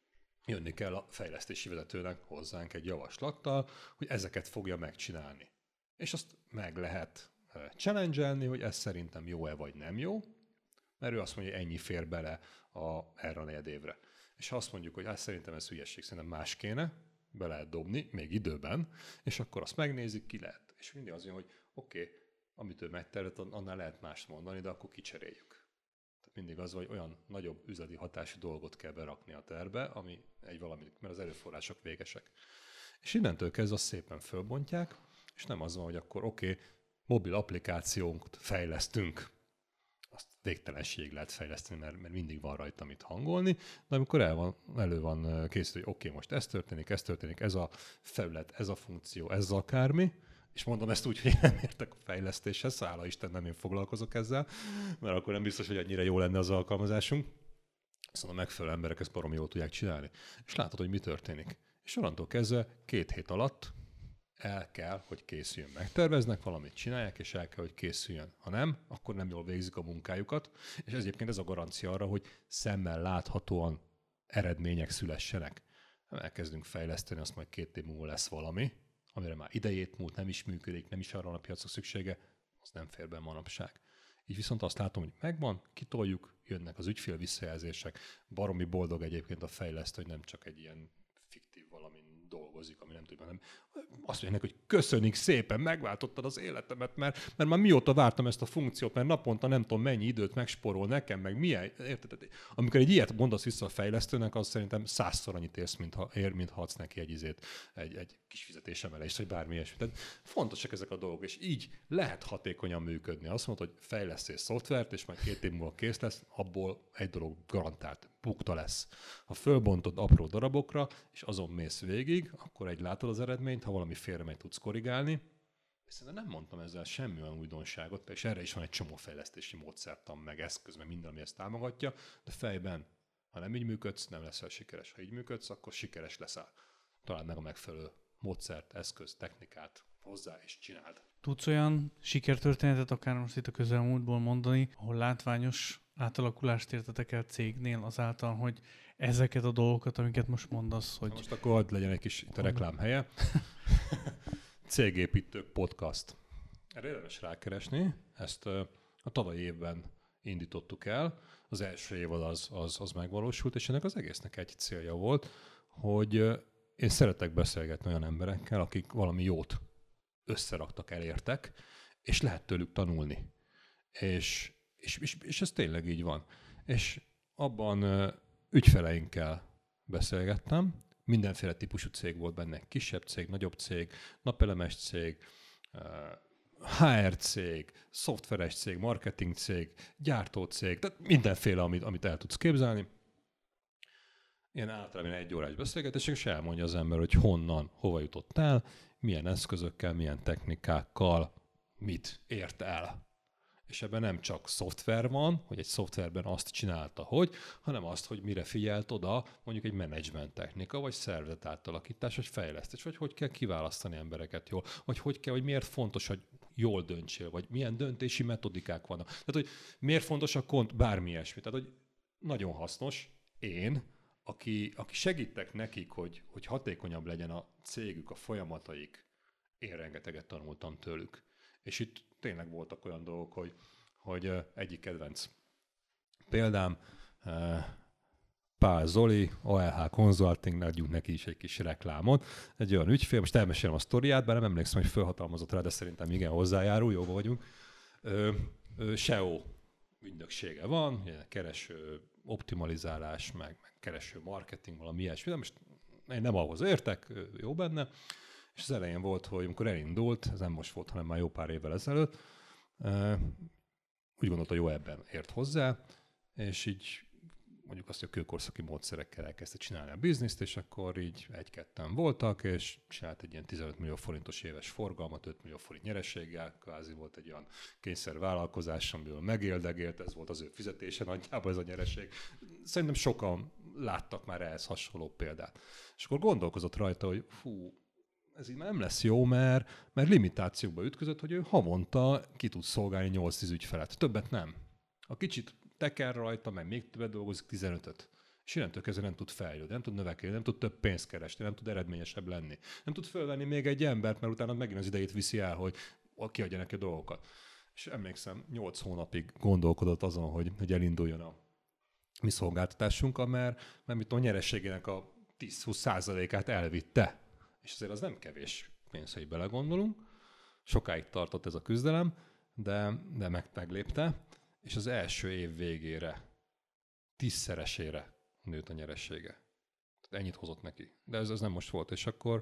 jönni kell a fejlesztési vezetőnek hozzánk egy javaslattal, hogy ezeket fogja megcsinálni. És azt meg lehet challenge-elni, hogy ez szerintem jó-e vagy nem jó, mert ő azt mondja, hogy ennyi fér bele erre a negyedévre. És ha azt mondjuk, hogy szerintem ez hülyeség, szerintem más kéne, be lehet dobni, még időben, és akkor azt megnézik, ki lehet. És mindig az jön, hogy oké, amit ő megtervelt, annál lehet mást mondani, de akkor kicseréljük. Tehát mindig az, hogy olyan nagyobb üzleti hatású dolgot kell berakni a tervbe, ami mert az erőforrások végesek. És innentől kezdve azt szépen fölbontják, és nem az van, hogy akkor mobil applikációnkat fejlesztünk. Azt végtelenség lehet fejleszteni, mert mindig van rajta mit hangolni, de amikor elő van készítve, hogy most ez történik, ez a felület, ez a funkció, ez akármi, és mondom ezt úgy, hogy én nem értek a fejlesztéshez, hála Isten nem én foglalkozok ezzel, mert akkor nem biztos, hogy annyira jó lenne az alkalmazásunk. Szóval a megfelelő emberek ezt baromi jól tudják csinálni. És látod, hogy mi történik. És onnantól kezdve 2 hét alatt el kell, hogy készüljön. Megterveznek, valamit csinálják, és el kell, hogy készüljön. Ha nem, akkor nem jól végzik a munkájukat. És ez egyébként ez a garancia arra, hogy szemmel láthatóan eredmények szülessenek. Ha elkezdünk fejleszteni, azt majd 2 év múlva lesz valami, amire már idejét múlt, nem is működik, nem is arra a piacok szüksége, az nem fér be manapság. Így viszont azt látom, hogy megvan, kitoljuk, jönnek az ügyfél visszajelzések, baromi boldog egyébként a fejlesztő, hogy nem csak egy ilyen fiktív valamin dolgozik, ami nem tudja, hanem azt mondják, hogy köszönjük szépen, megváltottad az életemet, mert már mióta vártam ezt a funkciót, mert naponta nem tudom mennyi időt megsporol nekem, meg milyen, érted? Amikor egy ilyet mondasz vissza a fejlesztőnek, az szerintem 100-szor annyit érsz, mint ha adsz neki egy kis fizetésemelést, vagy bármi ilyesmi. Tehát fontosak ezek a dolgok, és így lehet hatékonyan működni. Azt mondod, hogy fejlesztél szoftvert, és majd 2 év múlva kész lesz, abból egy dolog garantált, bukta lesz. Ha fölbontod apró darabokra, és azon mész végig, akkor látod az eredményt, ha valami félremegy, tudsz korrigálni. Szerintem nem mondtam ezzel semmi olyan újdonságot, és erre is van egy csomó fejlesztési módszertan, meg eszköz, meg minden, ami ezt támogatja, de fejben, ha nem így működsz, nem leszel sikeres. Ha így működsz, akkor sikeres leszel. Találd meg a megfelelő módszert, eszköz, technikát hozzá, és csináld. Tudsz olyan sikertörténetet akár most itt a közelmúltból mondani, ahol látványos átalakulást értetek el cégnél azáltal, hogy ezeket a dolgokat, amiket most mondasz, hogy... Most akkor hadd legyen egy kis itt a reklám helye. Cégépítők podcast. Erre érdemes rákeresni. Ezt a tavalyi évben indítottuk el. Az első évad az megvalósult, és ennek az egésznek egy célja volt, hogy én szeretek beszélgetni olyan emberekkel, akik valami jót összeraktak, elértek, és lehet tőlük tanulni. És ez tényleg így van. És abban ügyfeleinkkel beszélgettem, mindenféle típusú cég volt benne, kisebb cég, nagyobb cég, napelemes cég, HR cég, szoftveres cég, marketing cég, gyártó cég, tehát mindenféle, amit el tudsz képzelni. Ilyen általában 1 órás beszélgetések, és elmondja az ember, hogy honnan, hova jutott el, milyen eszközökkel, milyen technikákkal, mit ért el. És ebben nem csak szoftver van, hogy egy szoftverben azt csinálta, hanem azt, hogy mire figyelt oda, mondjuk egy menedzsment technika, vagy szervezet átalakítás, vagy fejlesztés, vagy hogy kell kiválasztani embereket jól, vagy hogy kell, hogy miért fontos, hogy jól döntsél, vagy milyen döntési metodikák vannak. Tehát, hogy miért fontos a bármi ilyesmi. Tehát, hogy nagyon hasznos aki segítek nekik, hogy hatékonyabb legyen a cégük, a folyamataik, én rengeteget tanultam tőlük. És itt tényleg voltak olyan dolgok, hogy egyik kedvenc példám, Pál Zoli, OLH Consulting, adjunk neki is egy kis reklámot. Egy olyan ügyfél, most elmesélem a sztoriát, bár nem emlékszem, hogy felhatalmazott rá, de szerintem igen hozzájárul, jóba vagyunk. SEO ügynöksége van, kereső optimalizálás, meg kereső marketing, valami ilyesmi, de most én nem ahhoz értek, jó benne, És az elején volt, hogy amikor elindult, ez nem most volt, hanem már jó pár évvel ezelőtt, úgy gondolta, jó ebben ért hozzá, és így mondjuk azt, hogy a kőkorszaki módszerekkel elkezdte csinálni a bizniszt, és akkor így egy-ketten voltak, és csinált egy ilyen 15 millió forintos éves forgalmat, 5 millió forint nyereséggel, kvázi volt egy olyan kényszervállalkozás, amiből megéldegélt, ez volt az ő fizetése, nagyjából ez a nyereség. Szerintem sokan láttak már ehhez hasonló példát. És akkor gondolkozott rajta, hogy ez így már nem lesz jó, mert limitációkba ütközött, hogy ő havonta ki tud szolgálni 8-10 ügyfelet. Többet nem. A kicsit teker rajta, meg még többet dolgozik, 15-öt. És innentől kezdve nem tud fejlődni, nem tud növekedni, nem tud több pénzt keresni, nem tud eredményesebb lenni. Nem tud fölvenni még egy embert, mert utána megint az idejét viszi el, hogy kiadja neki a dolgokat. És emlékszem, 8 hónapig gondolkodott azon, hogy elinduljon a mi szolgáltatásunkkal, mert a nyerességének a 10-20%-át elvitte. És azért az nem kevés pénz, hogy belegondolunk. Sokáig tartott ez a küzdelem, de meglépte, és az első év végére 10-szeresére nőtt a nyeressége. Tehát ennyit hozott neki. De ez nem most volt, és akkor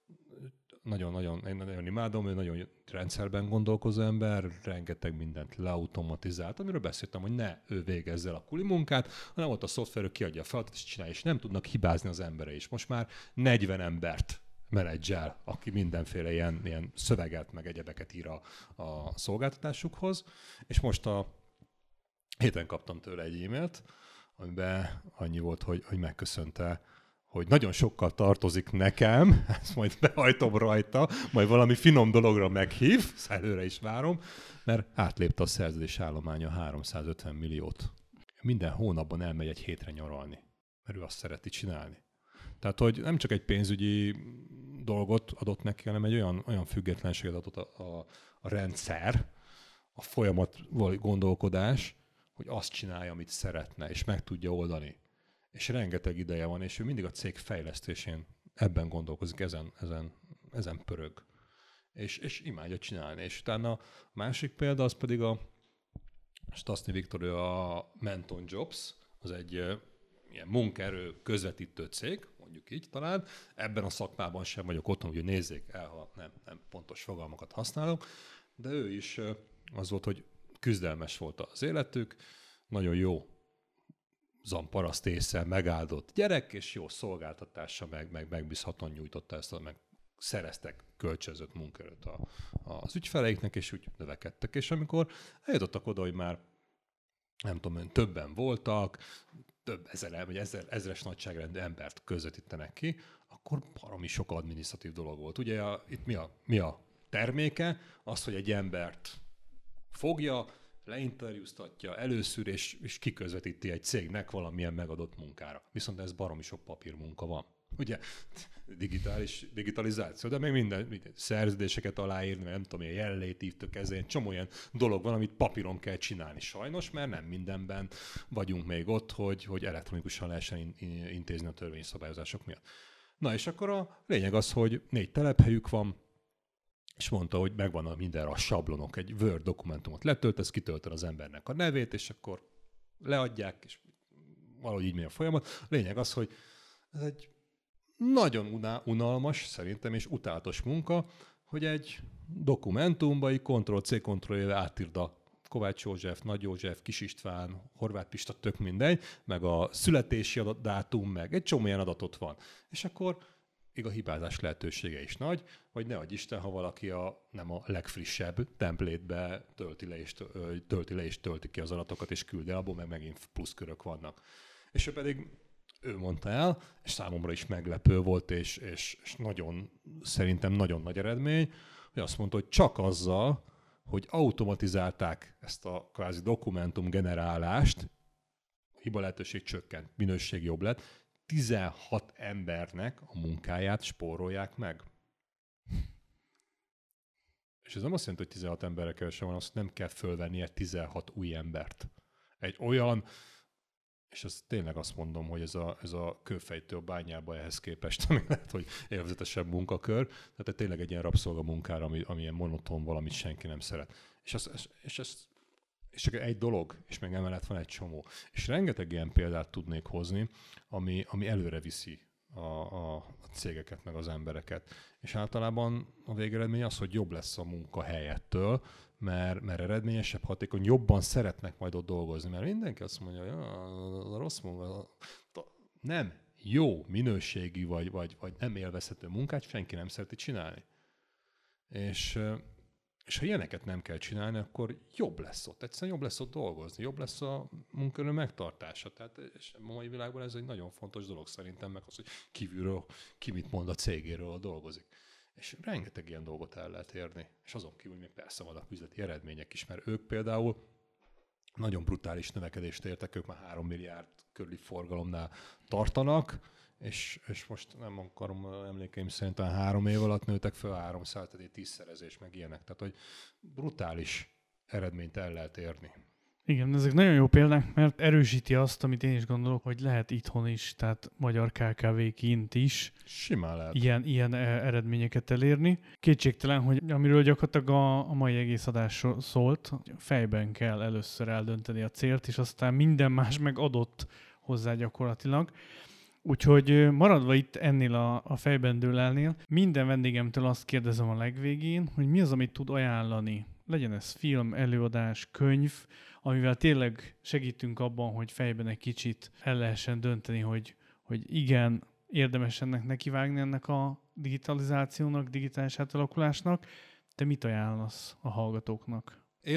nagyon imádom, ő nagyon rendszerben gondolkozó ember, rengeteg mindent leautomatizált, amiről beszéltem, hogy ne ő végezze el a kuli munkát, hanem ott a szoftver kiadja a feladatot, és csinálja, és nem tudnak hibázni az embere is. Most már 40 embert menedzsel, aki mindenféle ilyen szöveget, meg egyebeket ír a szolgáltatásukhoz, és most a héten kaptam tőle egy e-mailt, amiben annyi volt, hogy megköszönte, hogy nagyon sokkal tartozik nekem, ezt majd behajtom rajta, majd valami finom dologra meghív, előre is várom, mert átlépte a szerződés állománya 350 milliót. Minden hónapban elmegy egy hétre nyaralni, mert ő azt szereti csinálni. Tehát, hogy nem csak egy pénzügyi dolgot adott neki, hanem egy olyan függetlenséget adott a rendszer, a folyamat gondolkodás, hogy azt csinálja, amit szeretne, és meg tudja oldani. És rengeteg ideje van, és ő mindig a cég fejlesztésén ebben gondolkozik, ezen pörög. És imádja csinálni. És utána a másik példa, az pedig a Stasny Viktor, a Menton Jobs, az egy ilyen munkaerő közvetítő cég, mondjuk így talán. Ebben a szakmában sem vagyok otthon, hogy nézzék el, ha nem pontos fogalmakat használok, de ő is az volt, hogy küzdelmes volt az életük, nagyon jó zamparaszt ésszel megáldott gyerek, és jó szolgáltatása, meg megbízhatóan nyújtotta ezt, meg szereztek kölcsönzött munkaerőt az ügyfeleiknek, és úgy növekedtek. És amikor eljutottak oda, hogy már nem tudom, többen voltak, több ezer, vagy ezres nagyságrendű embert közvetítenek ki, akkor baromi sok adminisztratív dolog volt. Ugye itt mi a terméke? Az, hogy egy embert fogja, leinterjúztatja először, és kiközvetíti egy cégnek valamilyen megadott munkára. Viszont ez baromi sok papírmunka van. Ugye digitalizáció, de még minden szerződéseket aláírni, nem tudom, ilyen jelenlétívtől kezdve, csomó olyan dolog van, amit papíron kell csinálni sajnos, mert nem mindenben vagyunk még ott, hogy elektronikusan lehessen intézni a törvényi szabályozások miatt. Na és akkor a lényeg az, hogy 4 telephelyük van, és mondta, hogy megvan mindenre a sablonok, egy Word dokumentumot letöltesz, kitöltöd az embernek a nevét, és akkor leadják, és valahogy így megy a folyamat. A lényeg az, hogy ez egy nagyon unalmas, szerintem, és utálatos munka, hogy egy dokumentumba így Ctrl-C, Ctrl-V átírd a Kovács József, Nagy József, Kis István, Horváth Pista, tök mindegy, meg a születési dátum, meg egy csomó ilyen adatot van. És akkor a hibázás lehetősége is nagy, vagy ne adj Isten, ha valaki nem a legfrissebb templétbe tölti le és tölti ki az adatokat, és küldi, abból meg megint pluszkörök vannak. És ő mondta el, és számomra is meglepő volt, és szerintem nagyon nagy eredmény, hogy azt mondta, hogy csak azzal, hogy automatizálták ezt a kvázi dokumentum generálást, hiba lehetőség csökkent, minőség jobb lett, 16 embernek a munkáját spórolják meg. És ez nem azt jelenti, hogy 16 emberre kevesen van, azt nem kell fölvennie 16 új embert. Egy olyan, és ez tényleg azt mondom, hogy ez a kőfejtő a bányába ehhez képest, ami lehet, hogy élvezetesebb munkakör, tehát tényleg egy ilyen rabszolgamunkára, ami ilyen monoton valamit senki nem szeret. És csak egy dolog, és meg emellett van egy csomó. És rengeteg ilyen példát tudnék hozni, ami előre viszi a cégeket, meg az embereket. És általában a végeredmény az, hogy jobb lesz a munka helyettől, mert eredményesebb, hatékony, jobban szeretnek majd ott dolgozni. Mert mindenki azt mondja, hogy a rossz munka, nem jó minőségi, vagy nem élvezhető munkát senki nem szereti csinálni. És ha ilyeneket nem kell csinálni, akkor jobb lesz ott. Egyszerűen jobb lesz ott dolgozni, jobb lesz a munkaerő megtartása. Tehát és a mai világban ez egy nagyon fontos dolog szerintem, meg az, hogy kívülről ki mit mond a cégéről dolgozik. És rengeteg ilyen dolgot el lehet érni. És azon kívül még persze vannak üzleti eredmények is, mert ők például nagyon brutális növekedést értek, ők már 3 milliárd körüli forgalomnál tartanak, és most nem akarom emlékeim szerint 3 év alatt nőtek fel 300, tehát egy 10-szerezés, meg ilyenek. Tehát, hogy brutális eredményt el lehet érni. Igen, ezek nagyon jó példák, mert erősíti azt, amit én is gondolok, hogy lehet itthon is, tehát magyar KKV-ként is simán lehet ilyen eredményeket elérni. Kétségtelen, hogy amiről gyakorlatilag a mai egész adás szólt, fejben kell először eldönteni a célt, és aztán minden más meg adott hozzá gyakorlatilag. Úgyhogy maradva itt ennél a fejben dőlelnél, minden vendégemtől azt kérdezem a legvégén, hogy mi az, amit tud ajánlani. Legyen ez film, előadás, könyv, amivel tényleg segítünk abban, hogy fejben egy kicsit el lehessen dönteni, hogy igen, érdemes ennek nekivágni ennek a digitalizációnak, digitális átalakulásnak. Te mit ajánlasz a hallgatóknak? Én,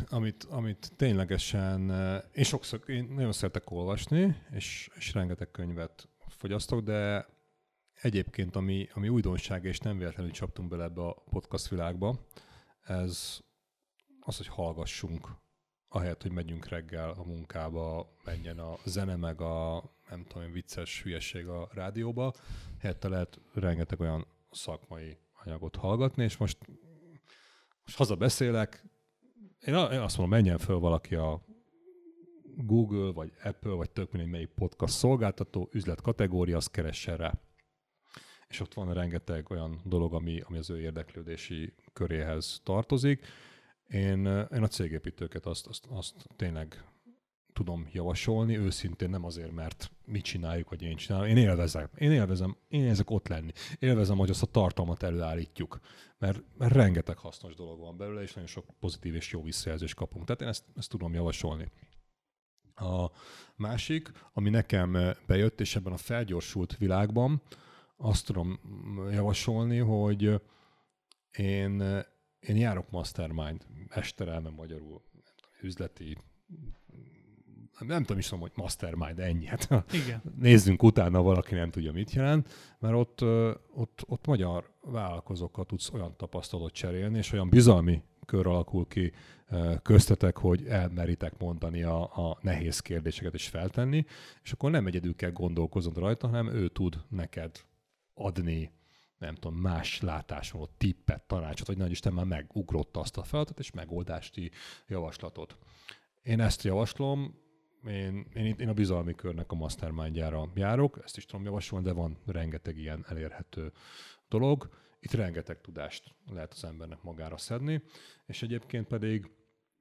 amit ténylegesen, én nagyon szeretek olvasni, és rengeteg könyvet fogyasztok, de egyébként, ami újdonság, és nem véletlenül csaptunk bele ebbe a podcast világba, ez az, hogy hallgassunk, ahelyett, hogy megyünk reggel a munkába, menjen a zene, meg a nem tudom, vicces hülyeség a rádióba, helyette lehet rengeteg olyan szakmai anyagot hallgatni, és most haza beszélek, én azt mondom, menjen föl valaki a Google, vagy Apple, vagy tök mindegy melyik podcast szolgáltató, üzletkategória, azt keressen rá. És ott van rengeteg olyan dolog, ami az ő érdeklődési köréhez tartozik. Én a cégépítőket azt tényleg tudom javasolni, őszintén nem azért, mert mit csináljuk, vagy én csinálom. Én élvezek ott lenni. Élvezem, hogy azt a tartalmat előállítjuk. Mert rengeteg hasznos dolog van belőle, és nagyon sok pozitív és jó visszajelzést kapunk. Tehát én ezt tudom javasolni. A másik, ami nekem bejött, és ebben a felgyorsult világban, azt tudom javasolni, hogy én járok mastermind, mesterelme magyarul, üzleti, nem tudom is mondom, hogy mastermind, ennyi. Hát, igen. Nézzünk utána, valaki nem tudja, mit jelent, mert ott magyar vállalkozókkal tudsz olyan tapasztalatot cserélni, és olyan bizalmi kör alakul ki köztetek, hogy elmeritek mondani a nehéz kérdéseket is feltenni, és akkor nem egyedül kell gondolkoznod rajta, hanem ő tud neked adni, nem tudom, más látásmódot, tippet, tanácsot, vagy nagy Isten már megugrotta azt a feladatot, és megoldásti javaslatot. Én ezt javaslom, én a bizalmi körnek a mastermindjára járok, ezt is tudom javasolni, de van rengeteg ilyen elérhető dolog. Itt rengeteg tudást lehet az embernek magára szedni, és egyébként pedig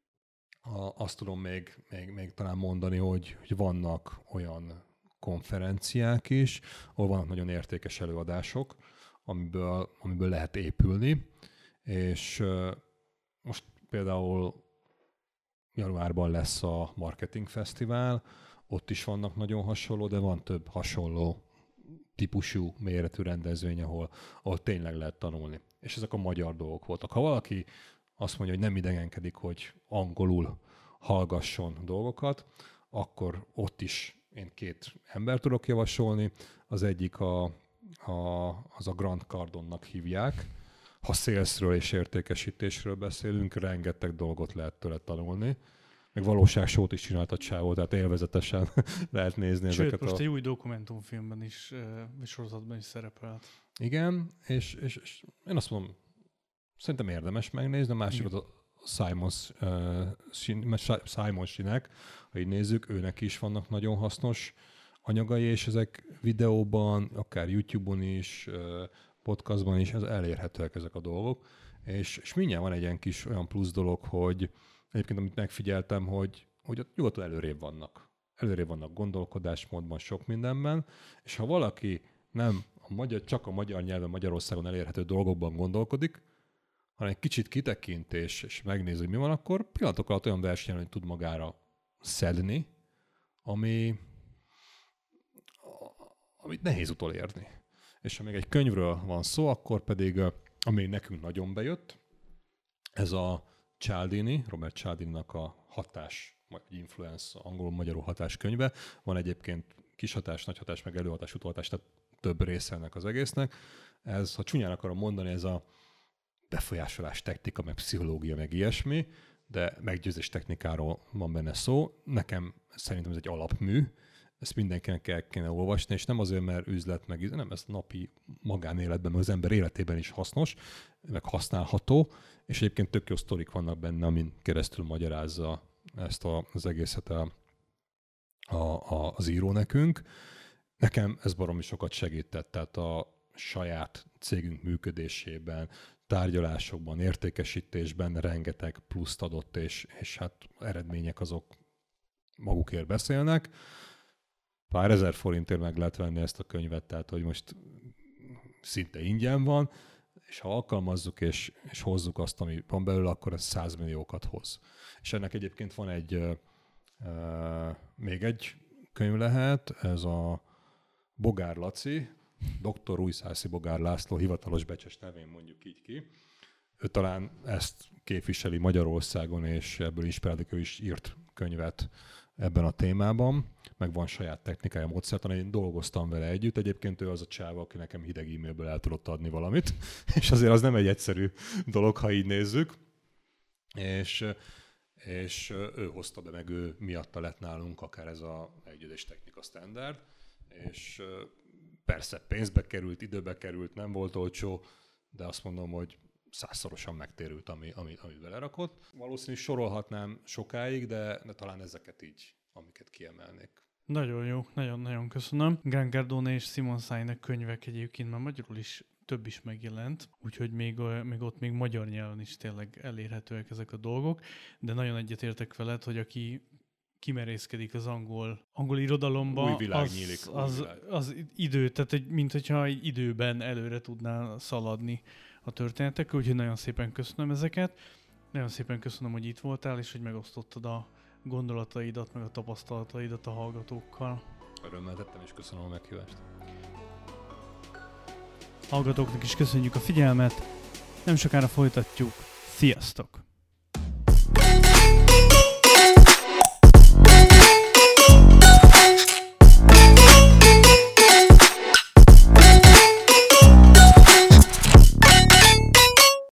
azt tudom még talán mondani, hogy vannak olyan konferenciák is, ahol vannak nagyon értékes előadások, amiből lehet épülni, és most például januárban lesz a Marketing Fesztivál, ott is vannak nagyon hasonló, de van több hasonló típusú méretű rendezvény, ahol tényleg lehet tanulni. És ezek a magyar dolgok voltak. Ha valaki azt mondja, hogy nem idegenkedik, hogy angolul hallgasson dolgokat, akkor ott is én 2 embert tudok javasolni. Az egyik az a Grant Cardonnak hívják. Ha salesről és értékesítésről beszélünk, rengeteg dolgot lehet tőle tanulni. Meg valóságsót is csinált a csávó, tehát élvezetesen lehet nézni ezeket. Sőt, most egy új dokumentumfilmben is, sorozatban is szerepelt. Igen, és én azt mondom, szerintem érdemes megnézni, a másik az a Simon Sinek, ha így nézzük, őnek is vannak nagyon hasznos anyagai, és ezek videóban, akár YouTube-on is, podcastban is elérhetőek ezek a dolgok, és mindjárt van egy ilyen kis olyan plusz dolog, hogy egyébként amit megfigyeltem, hogy ott nyugodtan előrébb vannak gondolkodásmódban, sok mindenben, és ha valaki nem csak a magyar nyelven Magyarországon elérhető dolgokban gondolkodik, hanem egy kicsit kitekint és megnéz, hogy mi van, akkor pillanatok alatt olyan versenyelőnyt tud magára szedni, amit nehéz utolérni. És ha még egy könyvről van szó, akkor pedig, ami nekünk nagyon bejött, ez a Cialdini, Robert Cialdininak a hatás, vagy influence, angolul-magyarul hatás könyve. Van egyébként kishatás, nagyhatás, meg előhatás, utolhatás, tehát több része ennek az egésznek. Ez, ha csúnyán akarom mondani, ez a befolyásolás technika, meg pszichológia, meg ilyesmi, de meggyőzés technikáról van benne szó. Nekem szerintem ez egy alapmű, ezt mindenkinek el kéne olvasni, és nem azért, mert üzlet, meg nem, ez napi magánéletben, meg az ember életében is hasznos, meg használható, és egyébként tök jó sztorik vannak benne, amin keresztül magyarázza ezt az egészet az író nekünk. Nekem ez baromi sokat segített, tehát a saját cégünk működésében, tárgyalásokban, értékesítésben rengeteg pluszt adott, és hát eredmények azok magukért beszélnek. Pár ezer forintért meg lehet venni ezt a könyvet, tehát hogy most szinte ingyen van, és ha alkalmazzuk és hozzuk azt, ami van belőle, akkor ez 100 milliókat hoz. És ennek egyébként van még egy könyv lehet, ez a Bogár Laci, Dr. Újszászi Bogár László, hivatalos becses nevén mondjuk így ki. Ő talán ezt képviseli Magyarországon, és ebből inspirálódik, ő is írt könyvet ebben a témában, meg van saját technikája, módszertan, én dolgoztam vele együtt. Egyébként ő az a csáva, aki nekem hideg e-mailből el tudott adni valamit, és azért az nem egy egyszerű dolog, ha így nézzük. És ő hozta be, meg ő miatta lett nálunk akár ez a meggyőzés technika standard, és persze pénzbe került, időbe került, nem volt olcsó, de azt mondom, hogy 100-szorosan megtérült, amit belerakott. Valószínűleg sorolhatnám sokáig, de talán ezeket így, amiket kiemelnék. Nagyon jó, nagyon-nagyon köszönöm. Grant Cardone és Simon Sinek könyvek egyébként már magyarul is több is megjelent, úgyhogy még ott még magyar nyelven is tényleg elérhetőek ezek a dolgok, de nagyon egyetértek veled, hogy aki kimerészkedik az angol irodalomba, új világ nyílik. Az idő, tehát mint hogyha egy időben előre tudnál szaladni a történetek, úgyhogy nagyon szépen köszönöm ezeket. Nagyon szépen köszönöm, hogy itt voltál, és hogy megosztottad a gondolataidat, meg a tapasztalataidat a hallgatókkal. Örömmel tettem, és köszönöm a meghívást. Hallgatóknak is köszönjük a figyelmet, nem sokára folytatjuk. Sziasztok!